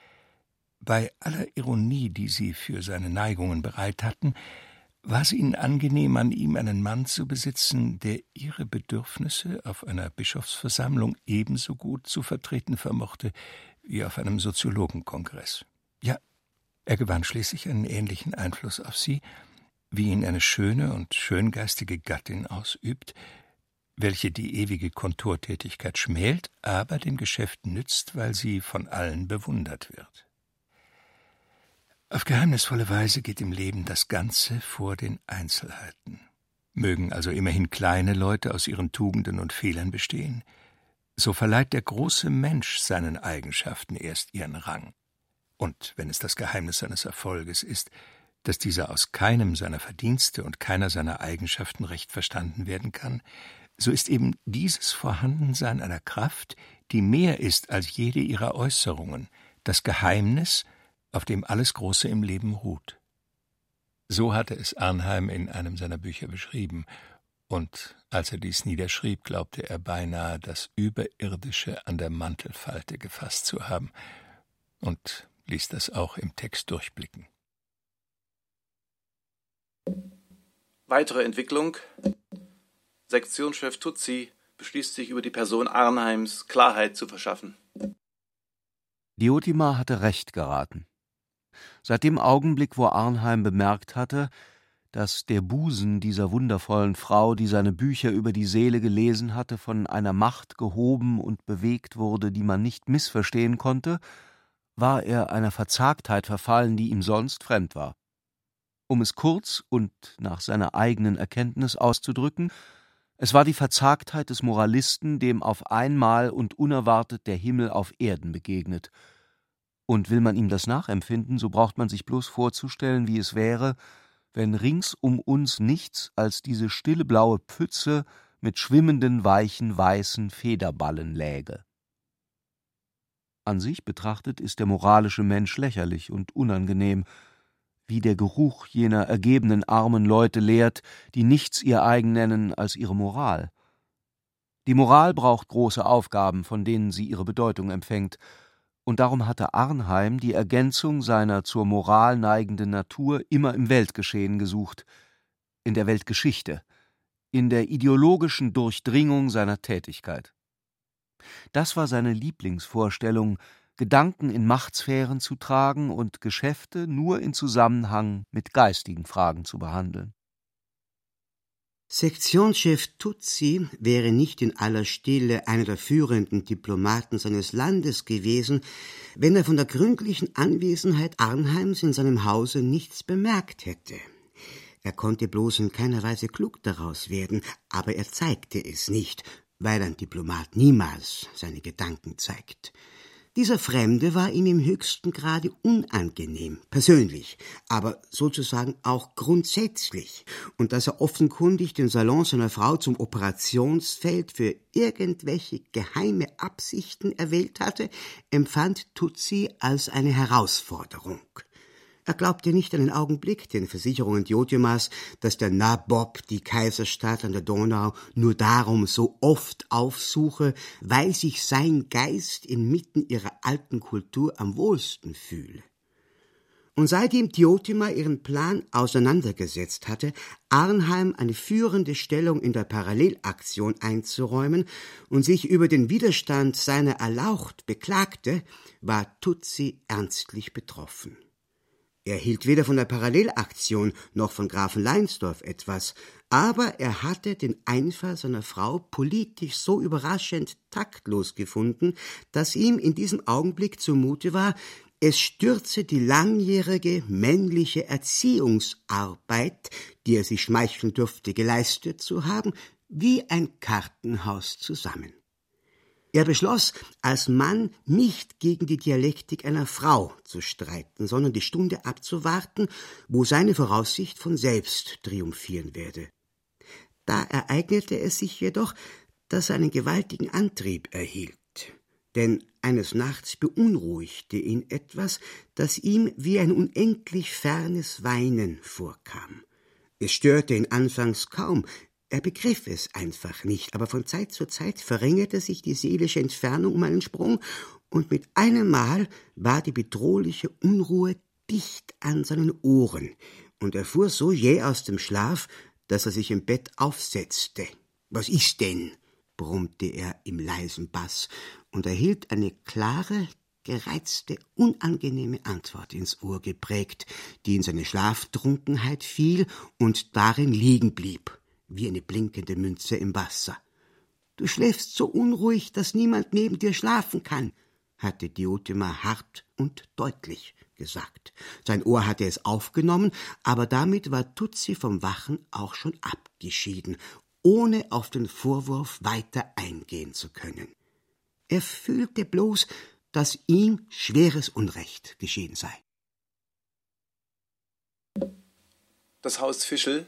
Bei aller Ironie, die sie für seine Neigungen bereit hatten, war es ihnen angenehm, an ihm einen Mann zu besitzen, der ihre Bedürfnisse auf einer Bischofsversammlung ebenso gut zu vertreten vermochte wie auf einem Soziologenkongress. Ja, er gewann schließlich einen ähnlichen Einfluss auf sie, wie ihn eine schöne und schöngeistige Gattin ausübt, welche die ewige Kontortätigkeit schmält, aber dem Geschäft nützt, weil sie von allen bewundert wird. Auf geheimnisvolle Weise geht im Leben das Ganze vor den Einzelheiten. Mögen also immerhin kleine Leute aus ihren Tugenden und Fehlern bestehen, so verleiht der große Mensch seinen Eigenschaften erst ihren Rang. Und wenn es das Geheimnis seines Erfolges ist, dass dieser aus keinem seiner Verdienste und keiner seiner Eigenschaften recht verstanden werden kann, so ist eben dieses Vorhandensein einer Kraft, die mehr ist als jede ihrer Äußerungen, das Geheimnis, auf dem alles Große im Leben ruht. So hatte es Arnheim in einem seiner Bücher beschrieben, und als er dies niederschrieb, glaubte er beinahe, das Überirdische an der Mantelfalte gefasst zu haben, und ließ das auch im Text durchblicken. Weitere Entwicklung. Sektionschef Tutsi beschließt sich, über die Person Arnheims Klarheit zu verschaffen. Diotima hatte recht geraten. Seit dem Augenblick, wo Arnheim bemerkt hatte, dass der Busen dieser wundervollen Frau, die seine Bücher über die Seele gelesen hatte, von einer Macht gehoben und bewegt wurde, die man nicht missverstehen konnte, war er einer Verzagtheit verfallen, die ihm sonst fremd war. Um es kurz und nach seiner eigenen Erkenntnis auszudrücken, es war die Verzagtheit des Moralisten, dem auf einmal und unerwartet der Himmel auf Erden begegnet. Und will man ihm das nachempfinden, so braucht man sich bloß vorzustellen, wie es wäre, wenn rings um uns nichts als diese stille blaue Pfütze mit schwimmenden, weichen, weißen Federballen läge. An sich betrachtet ist der moralische Mensch lächerlich und unangenehm, wie der Geruch jener ergebenen armen Leute lehrt, die nichts ihr eigen nennen als ihre Moral. Die Moral braucht große Aufgaben, von denen sie ihre Bedeutung empfängt, und darum hatte Arnheim die Ergänzung seiner zur Moral neigenden Natur immer im Weltgeschehen gesucht, in der Weltgeschichte, in der ideologischen Durchdringung seiner Tätigkeit. Das war seine Lieblingsvorstellung, Gedanken in Machtsphären zu tragen und Geschäfte nur in Zusammenhang mit geistigen Fragen zu behandeln. Sektionschef Tutsi wäre nicht in aller Stille einer der führenden Diplomaten seines Landes gewesen, wenn er von der gründlichen Anwesenheit Arnheims in seinem Hause nichts bemerkt hätte. Er konnte bloß in keiner Weise klug daraus werden, aber er zeigte es nicht, weil ein Diplomat niemals seine Gedanken zeigt. Dieser Fremde war ihm im höchsten Grade unangenehm, persönlich, aber sozusagen auch grundsätzlich. Und dass er offenkundig den Salon seiner Frau zum Operationsfeld für irgendwelche geheime Absichten erwählt hatte, empfand Tutsi als eine Herausforderung. Er glaubte nicht einen Augenblick den Versicherungen Diotimas, dass der Nabob die Kaiserstadt an der Donau nur darum so oft aufsuche, weil sich sein Geist inmitten ihrer alten Kultur am wohlsten fühle. Und seitdem Diotima ihren Plan auseinandergesetzt hatte, Arnheim eine führende Stellung in der Parallelaktion einzuräumen und sich über den Widerstand seiner Erlaucht beklagte, war Tutsi ernstlich betroffen. Er hielt weder von der Parallelaktion noch von Grafen Leinsdorf etwas, aber er hatte den Einfall seiner Frau politisch so überraschend taktlos gefunden, dass ihm in diesem Augenblick zumute war, es stürze die langjährige männliche Erziehungsarbeit, die er sich schmeicheln dürfte, geleistet zu haben, wie ein Kartenhaus zusammen. Er beschloss, als Mann nicht gegen die Dialektik einer Frau zu streiten, sondern die Stunde abzuwarten, wo seine Voraussicht von selbst triumphieren werde. Da ereignete es sich jedoch, dass er einen gewaltigen Antrieb erhielt. Denn eines Nachts beunruhigte ihn etwas, das ihm wie ein unendlich fernes Weinen vorkam. Es störte ihn anfangs kaum, er begriff es einfach nicht, aber von Zeit zu Zeit verringerte sich die seelische Entfernung um einen Sprung, und mit einem Mal war die bedrohliche Unruhe dicht an seinen Ohren, und er fuhr so jäh aus dem Schlaf, dass er sich im Bett aufsetzte. »Was ist denn?« brummte er im leisen Bass und erhielt eine klare, gereizte, unangenehme Antwort ins Ohr geprägt, die in seine Schlaftrunkenheit fiel und darin liegen blieb, wie eine blinkende Münze im Wasser. »Du schläfst so unruhig, dass niemand neben dir schlafen kann«, hatte Diotima hart und deutlich gesagt. Sein Ohr hatte es aufgenommen, aber damit war Tutsi vom Wachen auch schon abgeschieden, ohne auf den Vorwurf weiter eingehen zu können. Er fühlte bloß, dass ihm schweres Unrecht geschehen sei. Das Haus Fischl.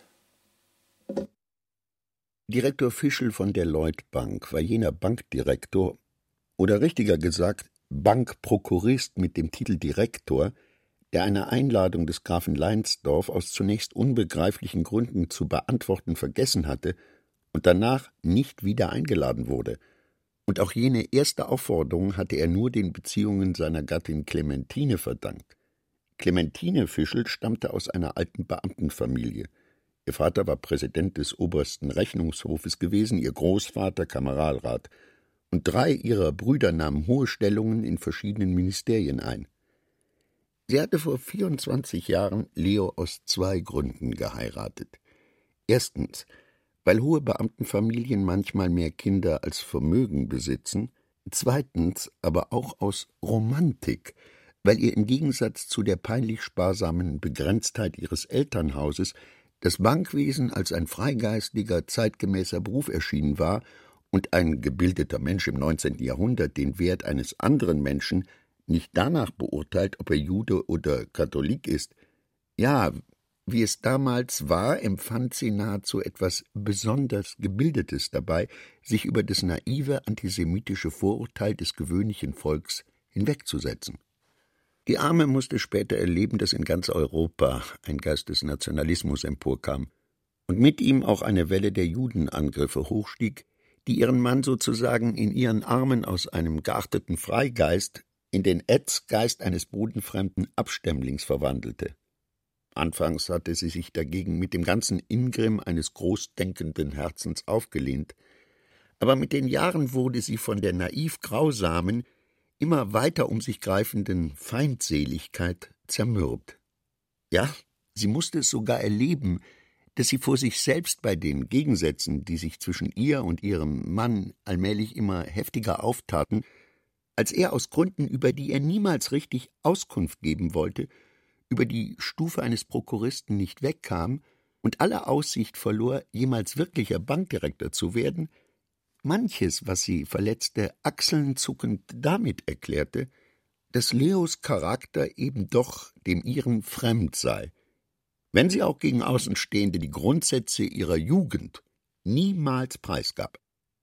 Direktor Fischl von der Lloyd Bank war jener Bankdirektor, oder richtiger gesagt Bankprokurist mit dem Titel Direktor, der eine Einladung des Grafen Leinsdorf aus zunächst unbegreiflichen Gründen zu beantworten vergessen hatte und danach nicht wieder eingeladen wurde. Und auch jene erste Aufforderung hatte er nur den Beziehungen seiner Gattin Clementine verdankt. Clementine Fischl stammte aus einer alten Beamtenfamilie. Ihr Vater war Präsident des obersten Rechnungshofes gewesen, ihr Großvater Kameralrat, und 3 ihrer Brüder nahmen hohe Stellungen in verschiedenen Ministerien ein. Sie hatte vor 24 Jahren Leo aus 2 Gründen geheiratet. Erstens, weil hohe Beamtenfamilien manchmal mehr Kinder als Vermögen besitzen. Zweitens, aber auch aus Romantik, weil ihr im Gegensatz zu der peinlich sparsamen Begrenztheit ihres Elternhauses das Bankwesen als ein freigeistiger, zeitgemäßer Beruf erschienen war und ein gebildeter Mensch im 19. Jahrhundert den Wert eines anderen Menschen nicht danach beurteilt, ob er Jude oder Katholik ist. Ja, wie es damals war, empfand sie nahezu etwas besonders Gebildetes dabei, sich über das naive antisemitische Vorurteil des gewöhnlichen Volks hinwegzusetzen. Die Arme musste später erleben, dass in ganz Europa ein Geist des Nationalismus emporkam und mit ihm auch eine Welle der Judenangriffe hochstieg, die ihren Mann sozusagen in ihren Armen aus einem geachteten Freigeist in den Ätzgeist eines bodenfremden Abstämmlings verwandelte. Anfangs hatte sie sich dagegen mit dem ganzen Ingrimm eines großdenkenden Herzens aufgelehnt, aber mit den Jahren wurde sie von der naiv Grausamen immer weiter um sich greifenden Feindseligkeit zermürbt. Ja, sie musste es sogar erleben, dass sie vor sich selbst bei den Gegensätzen, die sich zwischen ihr und ihrem Mann allmählich immer heftiger auftaten, als er aus Gründen, über die er niemals richtig Auskunft geben wollte, über die Stufe eines Prokuristen nicht wegkam und alle Aussicht verlor, jemals wirklicher Bankdirektor zu werden, manches, was sie verletzte, achselnzuckend damit erklärte, dass Leos Charakter eben doch dem ihren fremd sei, wenn sie auch gegen Außenstehende die Grundsätze ihrer Jugend niemals preisgab.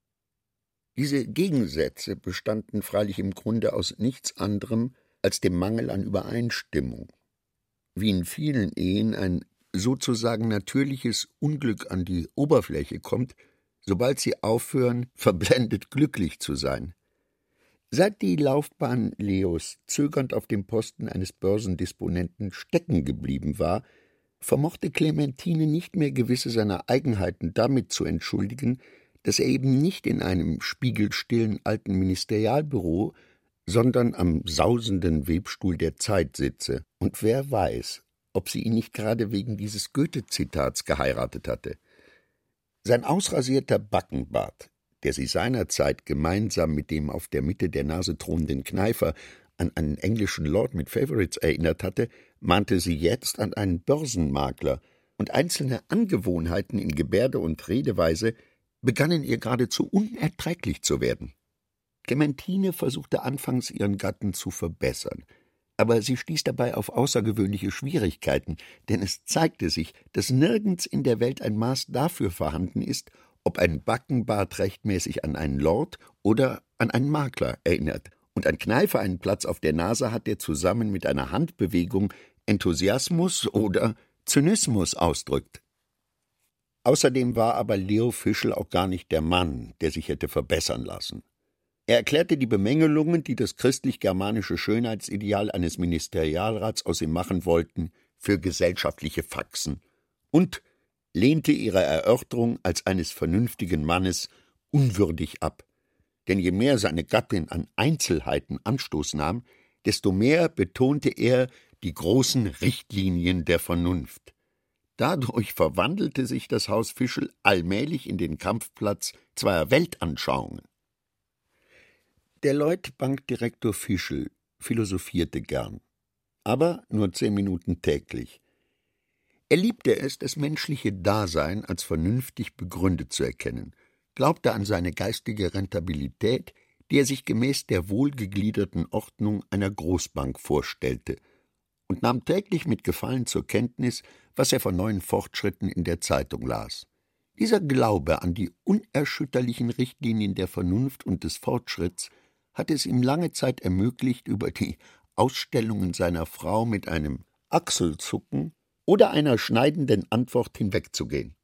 Diese Gegensätze bestanden freilich im Grunde aus nichts anderem als dem Mangel an Übereinstimmung. Wie in vielen Ehen ein sozusagen natürliches Unglück an die Oberfläche kommt, sobald sie aufhören, verblendet glücklich zu sein. Seit die Laufbahn Leos zögernd auf dem Posten eines Börsendisponenten stecken geblieben war, vermochte Clementine nicht mehr gewisse seiner Eigenheiten damit zu entschuldigen, dass er eben nicht in einem spiegelstillen alten Ministerialbüro, sondern am sausenden Webstuhl der Zeit sitze. Und wer weiß, ob sie ihn nicht gerade wegen dieses Goethe-Zitats geheiratet hatte. Sein ausrasierter Backenbart, der sie seinerzeit gemeinsam mit dem auf der Mitte der Nase thronenden Kneifer an einen englischen Lord mit Favorites erinnert hatte, mahnte sie jetzt an einen Börsenmakler, und einzelne Angewohnheiten in Gebärde und Redeweise begannen ihr geradezu unerträglich zu werden. Clementine versuchte anfangs, ihren Gatten zu verbessern, aber sie stieß dabei auf außergewöhnliche Schwierigkeiten, denn es zeigte sich, dass nirgends in der Welt ein Maß dafür vorhanden ist, ob ein Backenbart rechtmäßig an einen Lord oder an einen Makler erinnert, und ein Kneifer einen Platz auf der Nase hat, der zusammen mit einer Handbewegung Enthusiasmus oder Zynismus ausdrückt. Außerdem war aber Leo Fischl auch gar nicht der Mann, der sich hätte verbessern lassen. Er erklärte die Bemängelungen, die das christlich-germanische Schönheitsideal eines Ministerialrats aus ihm machen wollten, für gesellschaftliche Faxen und lehnte ihre Erörterung als eines vernünftigen Mannes unwürdig ab. Denn je mehr seine Gattin an Einzelheiten Anstoß nahm, desto mehr betonte er die großen Richtlinien der Vernunft. Dadurch verwandelte sich das Haus Fischl allmählich in den Kampfplatz zweier Weltanschauungen. Der Lloyd-Bankdirektor Fischl philosophierte gern, aber nur 10 Minuten täglich. Er liebte es, das menschliche Dasein als vernünftig begründet zu erkennen, glaubte an seine geistige Rentabilität, die er sich gemäß der wohlgegliederten Ordnung einer Großbank vorstellte, und nahm täglich mit Gefallen zur Kenntnis, was er von neuen Fortschritten in der Zeitung las. Dieser Glaube an die unerschütterlichen Richtlinien der Vernunft und des Fortschritts hatte es ihm lange Zeit ermöglicht, über die Ausstellungen seiner Frau mit einem Achselzucken oder einer schneidenden Antwort hinwegzugehen.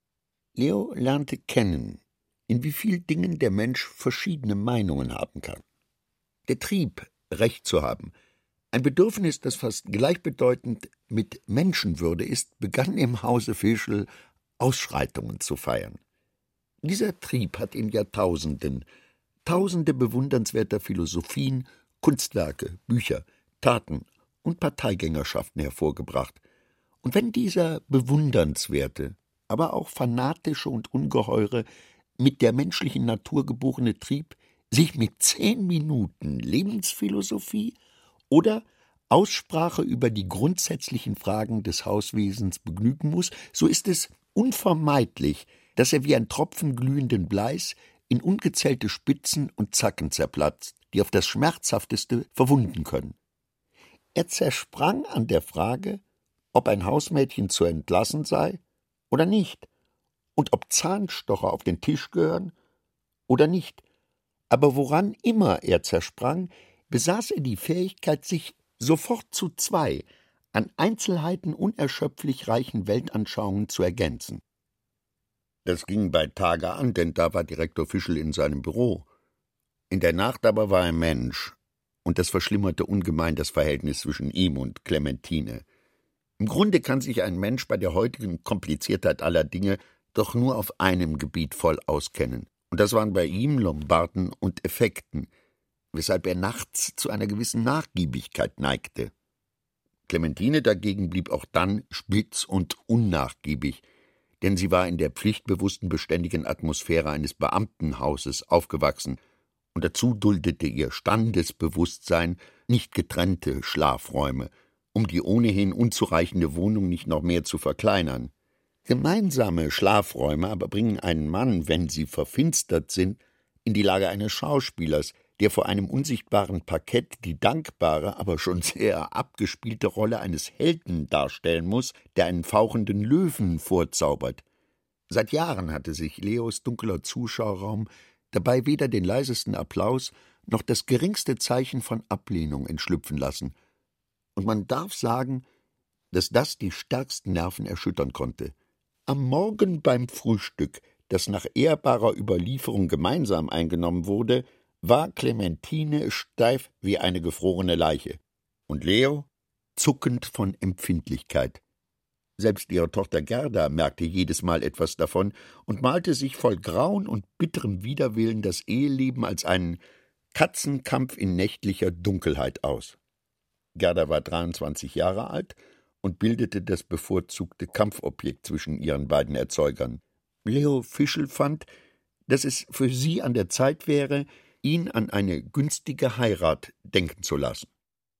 Leo lernte kennen, in wie vielen Dingen der Mensch verschiedene Meinungen haben kann. Der Trieb, Recht zu haben, ein Bedürfnis, das fast gleichbedeutend mit Menschenwürde ist, begann im Hause Fischl Ausschreitungen zu feiern. Dieser Trieb hat in Jahrtausenden Tausende bewundernswerter Philosophien, Kunstwerke, Bücher, Taten und Parteigängerschaften hervorgebracht. Und wenn dieser bewundernswerte, aber auch fanatische und ungeheure, mit der menschlichen Natur geborene Trieb sich mit 10 Minuten Lebensphilosophie oder Aussprache über die grundsätzlichen Fragen des Hauswesens begnügen muss, so ist es unvermeidlich, dass er wie ein Tropfen glühenden Bleis in ungezählte Spitzen und Zacken zerplatzt, die auf das Schmerzhafteste verwunden können. Er zersprang an der Frage, ob ein Hausmädchen zu entlassen sei oder nicht, und ob Zahnstocher auf den Tisch gehören oder nicht. Aber woran immer er zersprang, besaß er die Fähigkeit, sich sofort zu 2 an Einzelheiten unerschöpflich reichen Weltanschauungen zu ergänzen. Das ging bei Tage an, denn da war Direktor Fischl in seinem Büro. In der Nacht aber war er Mensch, und das verschlimmerte ungemein das Verhältnis zwischen ihm und Clementine. Im Grunde kann sich ein Mensch bei der heutigen Kompliziertheit aller Dinge doch nur auf einem Gebiet voll auskennen, und das waren bei ihm Lombarden und Effekten. weshalb er nachts zu einer gewissen Nachgiebigkeit neigte. Clementine dagegen blieb auch dann spitz und unnachgiebig, denn sie war in der pflichtbewussten, beständigen Atmosphäre eines Beamtenhauses aufgewachsen, und dazu duldete ihr Standesbewusstsein nicht getrennte Schlafräume, um die ohnehin unzureichende Wohnung nicht noch mehr zu verkleinern. Gemeinsame Schlafräume aber bringen einen Mann, wenn sie verfinstert sind, in die Lage eines Schauspielers, der vor einem unsichtbaren Parkett die dankbare, aber schon sehr abgespielte Rolle eines Helden darstellen muss, der einen fauchenden Löwen vorzaubert. Seit Jahren hatte sich Leos dunkler Zuschauerraum dabei weder den leisesten Applaus noch das geringste Zeichen von Ablehnung entschlüpfen lassen, und man darf sagen, dass das die stärksten Nerven erschüttern konnte. Am Morgen beim Frühstück, das nach ehrbarer Überlieferung gemeinsam eingenommen wurde, war Clementine steif wie eine gefrorene Leiche und Leo zuckend von Empfindlichkeit. Selbst ihre Tochter Gerda merkte jedes Mal etwas davon und malte sich voll Grauen und bitterem Widerwillen das Eheleben als einen Katzenkampf in nächtlicher Dunkelheit aus. Gerda war 23 Jahre alt und bildete das bevorzugte Kampfobjekt zwischen ihren beiden Erzeugern. Leo Fischel fand, dass es für sie an der Zeit wäre, ihn an eine günstige Heirat denken zu lassen.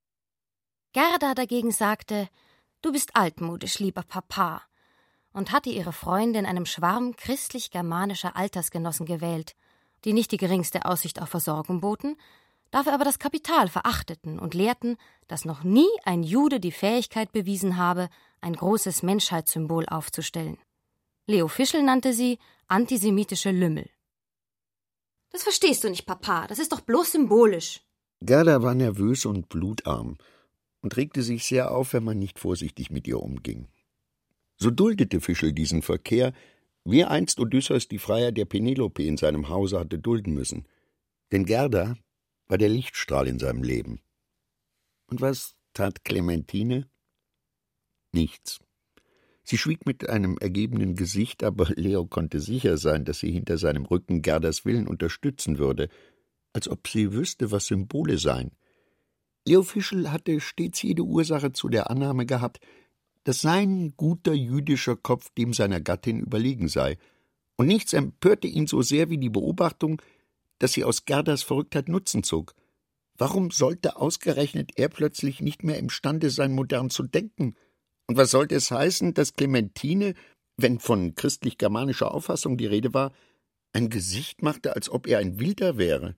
Gerda dagegen sagte: »Du bist altmodisch, lieber Papa«, und hatte ihre Freunde in einem Schwarm christlich-germanischer Altersgenossen gewählt, die nicht die geringste Aussicht auf Versorgung boten, dafür aber das Kapital verachteten und lehrten, dass noch nie ein Jude die Fähigkeit bewiesen habe, ein großes Menschheitssymbol aufzustellen. Leo Fischel nannte sie antisemitische Lümmel. »Das verstehst du nicht, Papa, das ist doch bloß symbolisch.« Gerda war nervös und blutarm und regte sich sehr auf, wenn man nicht vorsichtig mit ihr umging. So duldete Fischel diesen Verkehr, wie einst Odysseus die Freier der Penelope in seinem Hause hatte dulden müssen. Denn Gerda war der Lichtstrahl in seinem Leben. Und was tat Clementine? Nichts. Sie schwieg mit einem ergebenen Gesicht, aber Leo konnte sicher sein, dass sie hinter seinem Rücken Gerdas Willen unterstützen würde, als ob sie wüsste, was Symbole seien. Leo Fischel hatte stets jede Ursache zu der Annahme gehabt, dass sein guter jüdischer Kopf dem seiner Gattin überlegen sei, und nichts empörte ihn so sehr wie die Beobachtung, dass sie aus Gerdas Verrücktheit Nutzen zog. Warum sollte ausgerechnet er plötzlich nicht mehr imstande sein, modern zu denken? Und was sollte es heißen, dass Clementine, wenn von christlich-germanischer Auffassung die Rede war, ein Gesicht machte, als ob er ein Wilder wäre?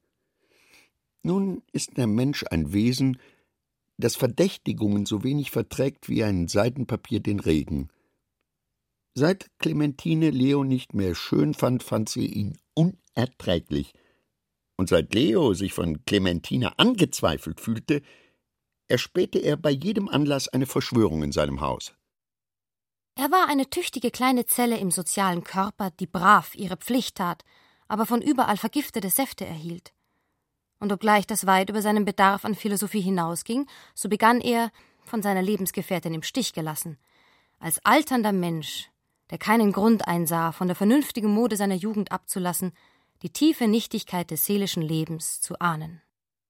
Nun ist der Mensch ein Wesen, das Verdächtigungen so wenig verträgt wie ein Seidenpapier den Regen. Seit Clementine Leo nicht mehr schön fand, fand sie ihn unerträglich. Und seit Leo sich von Clementine angezweifelt fühlte, erspähte er bei jedem Anlass eine Verschwörung in seinem Haus. Er war eine tüchtige kleine Zelle im sozialen Körper, die brav ihre Pflicht tat, aber von überall vergiftete Säfte erhielt. Und obgleich das weit über seinen Bedarf an Philosophie hinausging, so begann er, von seiner Lebensgefährtin im Stich gelassen, als alternder Mensch, der keinen Grund einsah, von der vernünftigen Mode seiner Jugend abzulassen, die tiefe Nichtigkeit des seelischen Lebens zu ahnen.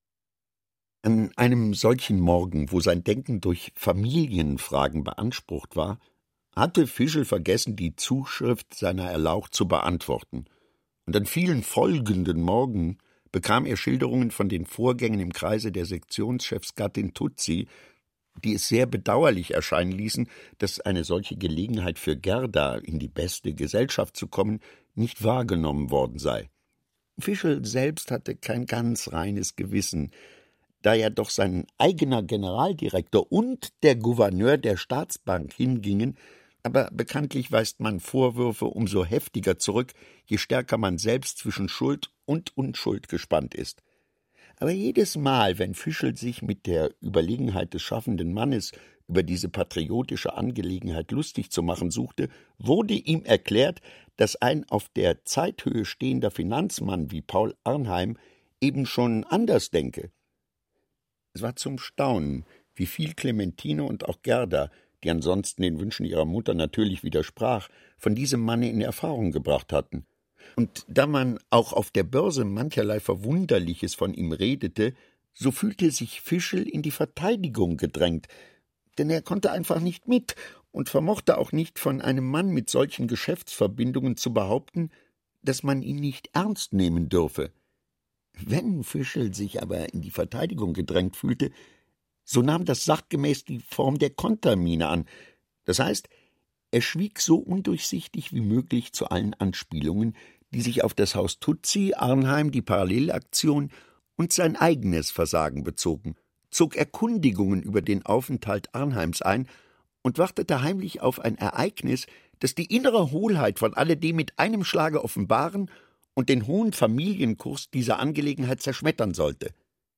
An einem solchen Morgen, wo sein Denken durch Familienfragen beansprucht war, hatte Fischel vergessen, die Zuschrift seiner Erlaucht zu beantworten. Und an vielen folgenden Morgen bekam er Schilderungen von den Vorgängen im Kreise der Sektionschefsgattin Tutsi, die es sehr bedauerlich erscheinen ließen, dass eine solche Gelegenheit für Gerda, in die beste Gesellschaft zu kommen, nicht wahrgenommen worden sei. Fischel selbst hatte kein ganz reines Gewissen, da ja doch sein eigener Generaldirektor und der Gouverneur der Staatsbank hingingen, aber bekanntlich weist man Vorwürfe umso heftiger zurück, je stärker man selbst zwischen Schuld und Unschuld gespannt ist. Aber jedes Mal, wenn Fischel sich mit der Überlegenheit des schaffenden Mannes über diese patriotische Angelegenheit lustig zu machen suchte, wurde ihm erklärt, dass ein auf der Zeithöhe stehender Finanzmann wie Paul Arnheim eben schon anders denke. Es war zum Staunen, wie viel Clementine und auch Gerda, die ansonsten den Wünschen ihrer Mutter natürlich widersprach, von diesem Manne in Erfahrung gebracht hatten. Und da man auch auf der Börse mancherlei Verwunderliches von ihm redete, so fühlte sich Fischel in die Verteidigung gedrängt, denn er konnte einfach nicht mit und vermochte auch nicht von einem Mann mit solchen Geschäftsverbindungen zu behaupten, dass man ihn nicht ernst nehmen dürfe. Wenn Fischel sich aber in die Verteidigung gedrängt fühlte, so nahm das sachgemäß die Form der Kontermiene an. Das heißt, er schwieg so undurchsichtig wie möglich zu allen Anspielungen, die sich auf das Haus Tutsi, Arnheim, die Parallelaktion und sein eigenes Versagen bezogen, zog Erkundigungen über den Aufenthalt Arnheims ein und wartete heimlich auf ein Ereignis, das die innere Hohlheit von alledem mit einem Schlage offenbaren und den hohen Familienkurs dieser Angelegenheit zerschmettern sollte.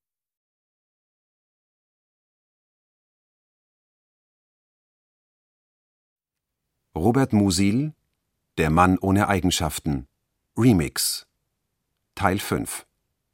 Robert Musil, Der Mann ohne Eigenschaften, Remix, Teil 5.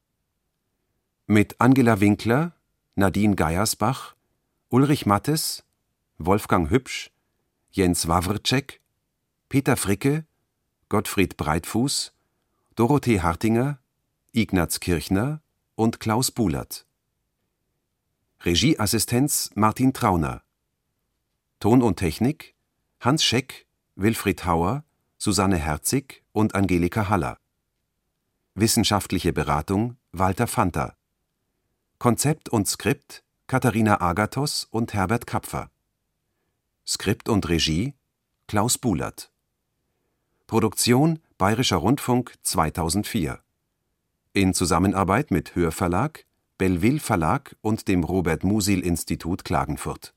Mit Angela Winkler, Nadine Geiersbach, Ulrich Mattes, Wolfgang Hübsch, Jens Wawrcek, Peter Fricke, Gottfried Breitfuß, Dorothee Hartinger, Ignaz Kirchner und Klaus Buhlert. Regieassistenz Martin Trauner. Ton und Technik Hans Scheck, Wilfried Hauer, Susanne Herzig und Angelika Haller. Wissenschaftliche Beratung Walter Fanta. Konzept und Skript Katharina Agathos und Herbert Kapfer. Skript und Regie Klaus Buhlert. Produktion Bayerischer Rundfunk 2004. In Zusammenarbeit mit Hörverlag, Belleville Verlag und dem Robert Musil Institut Klagenfurt.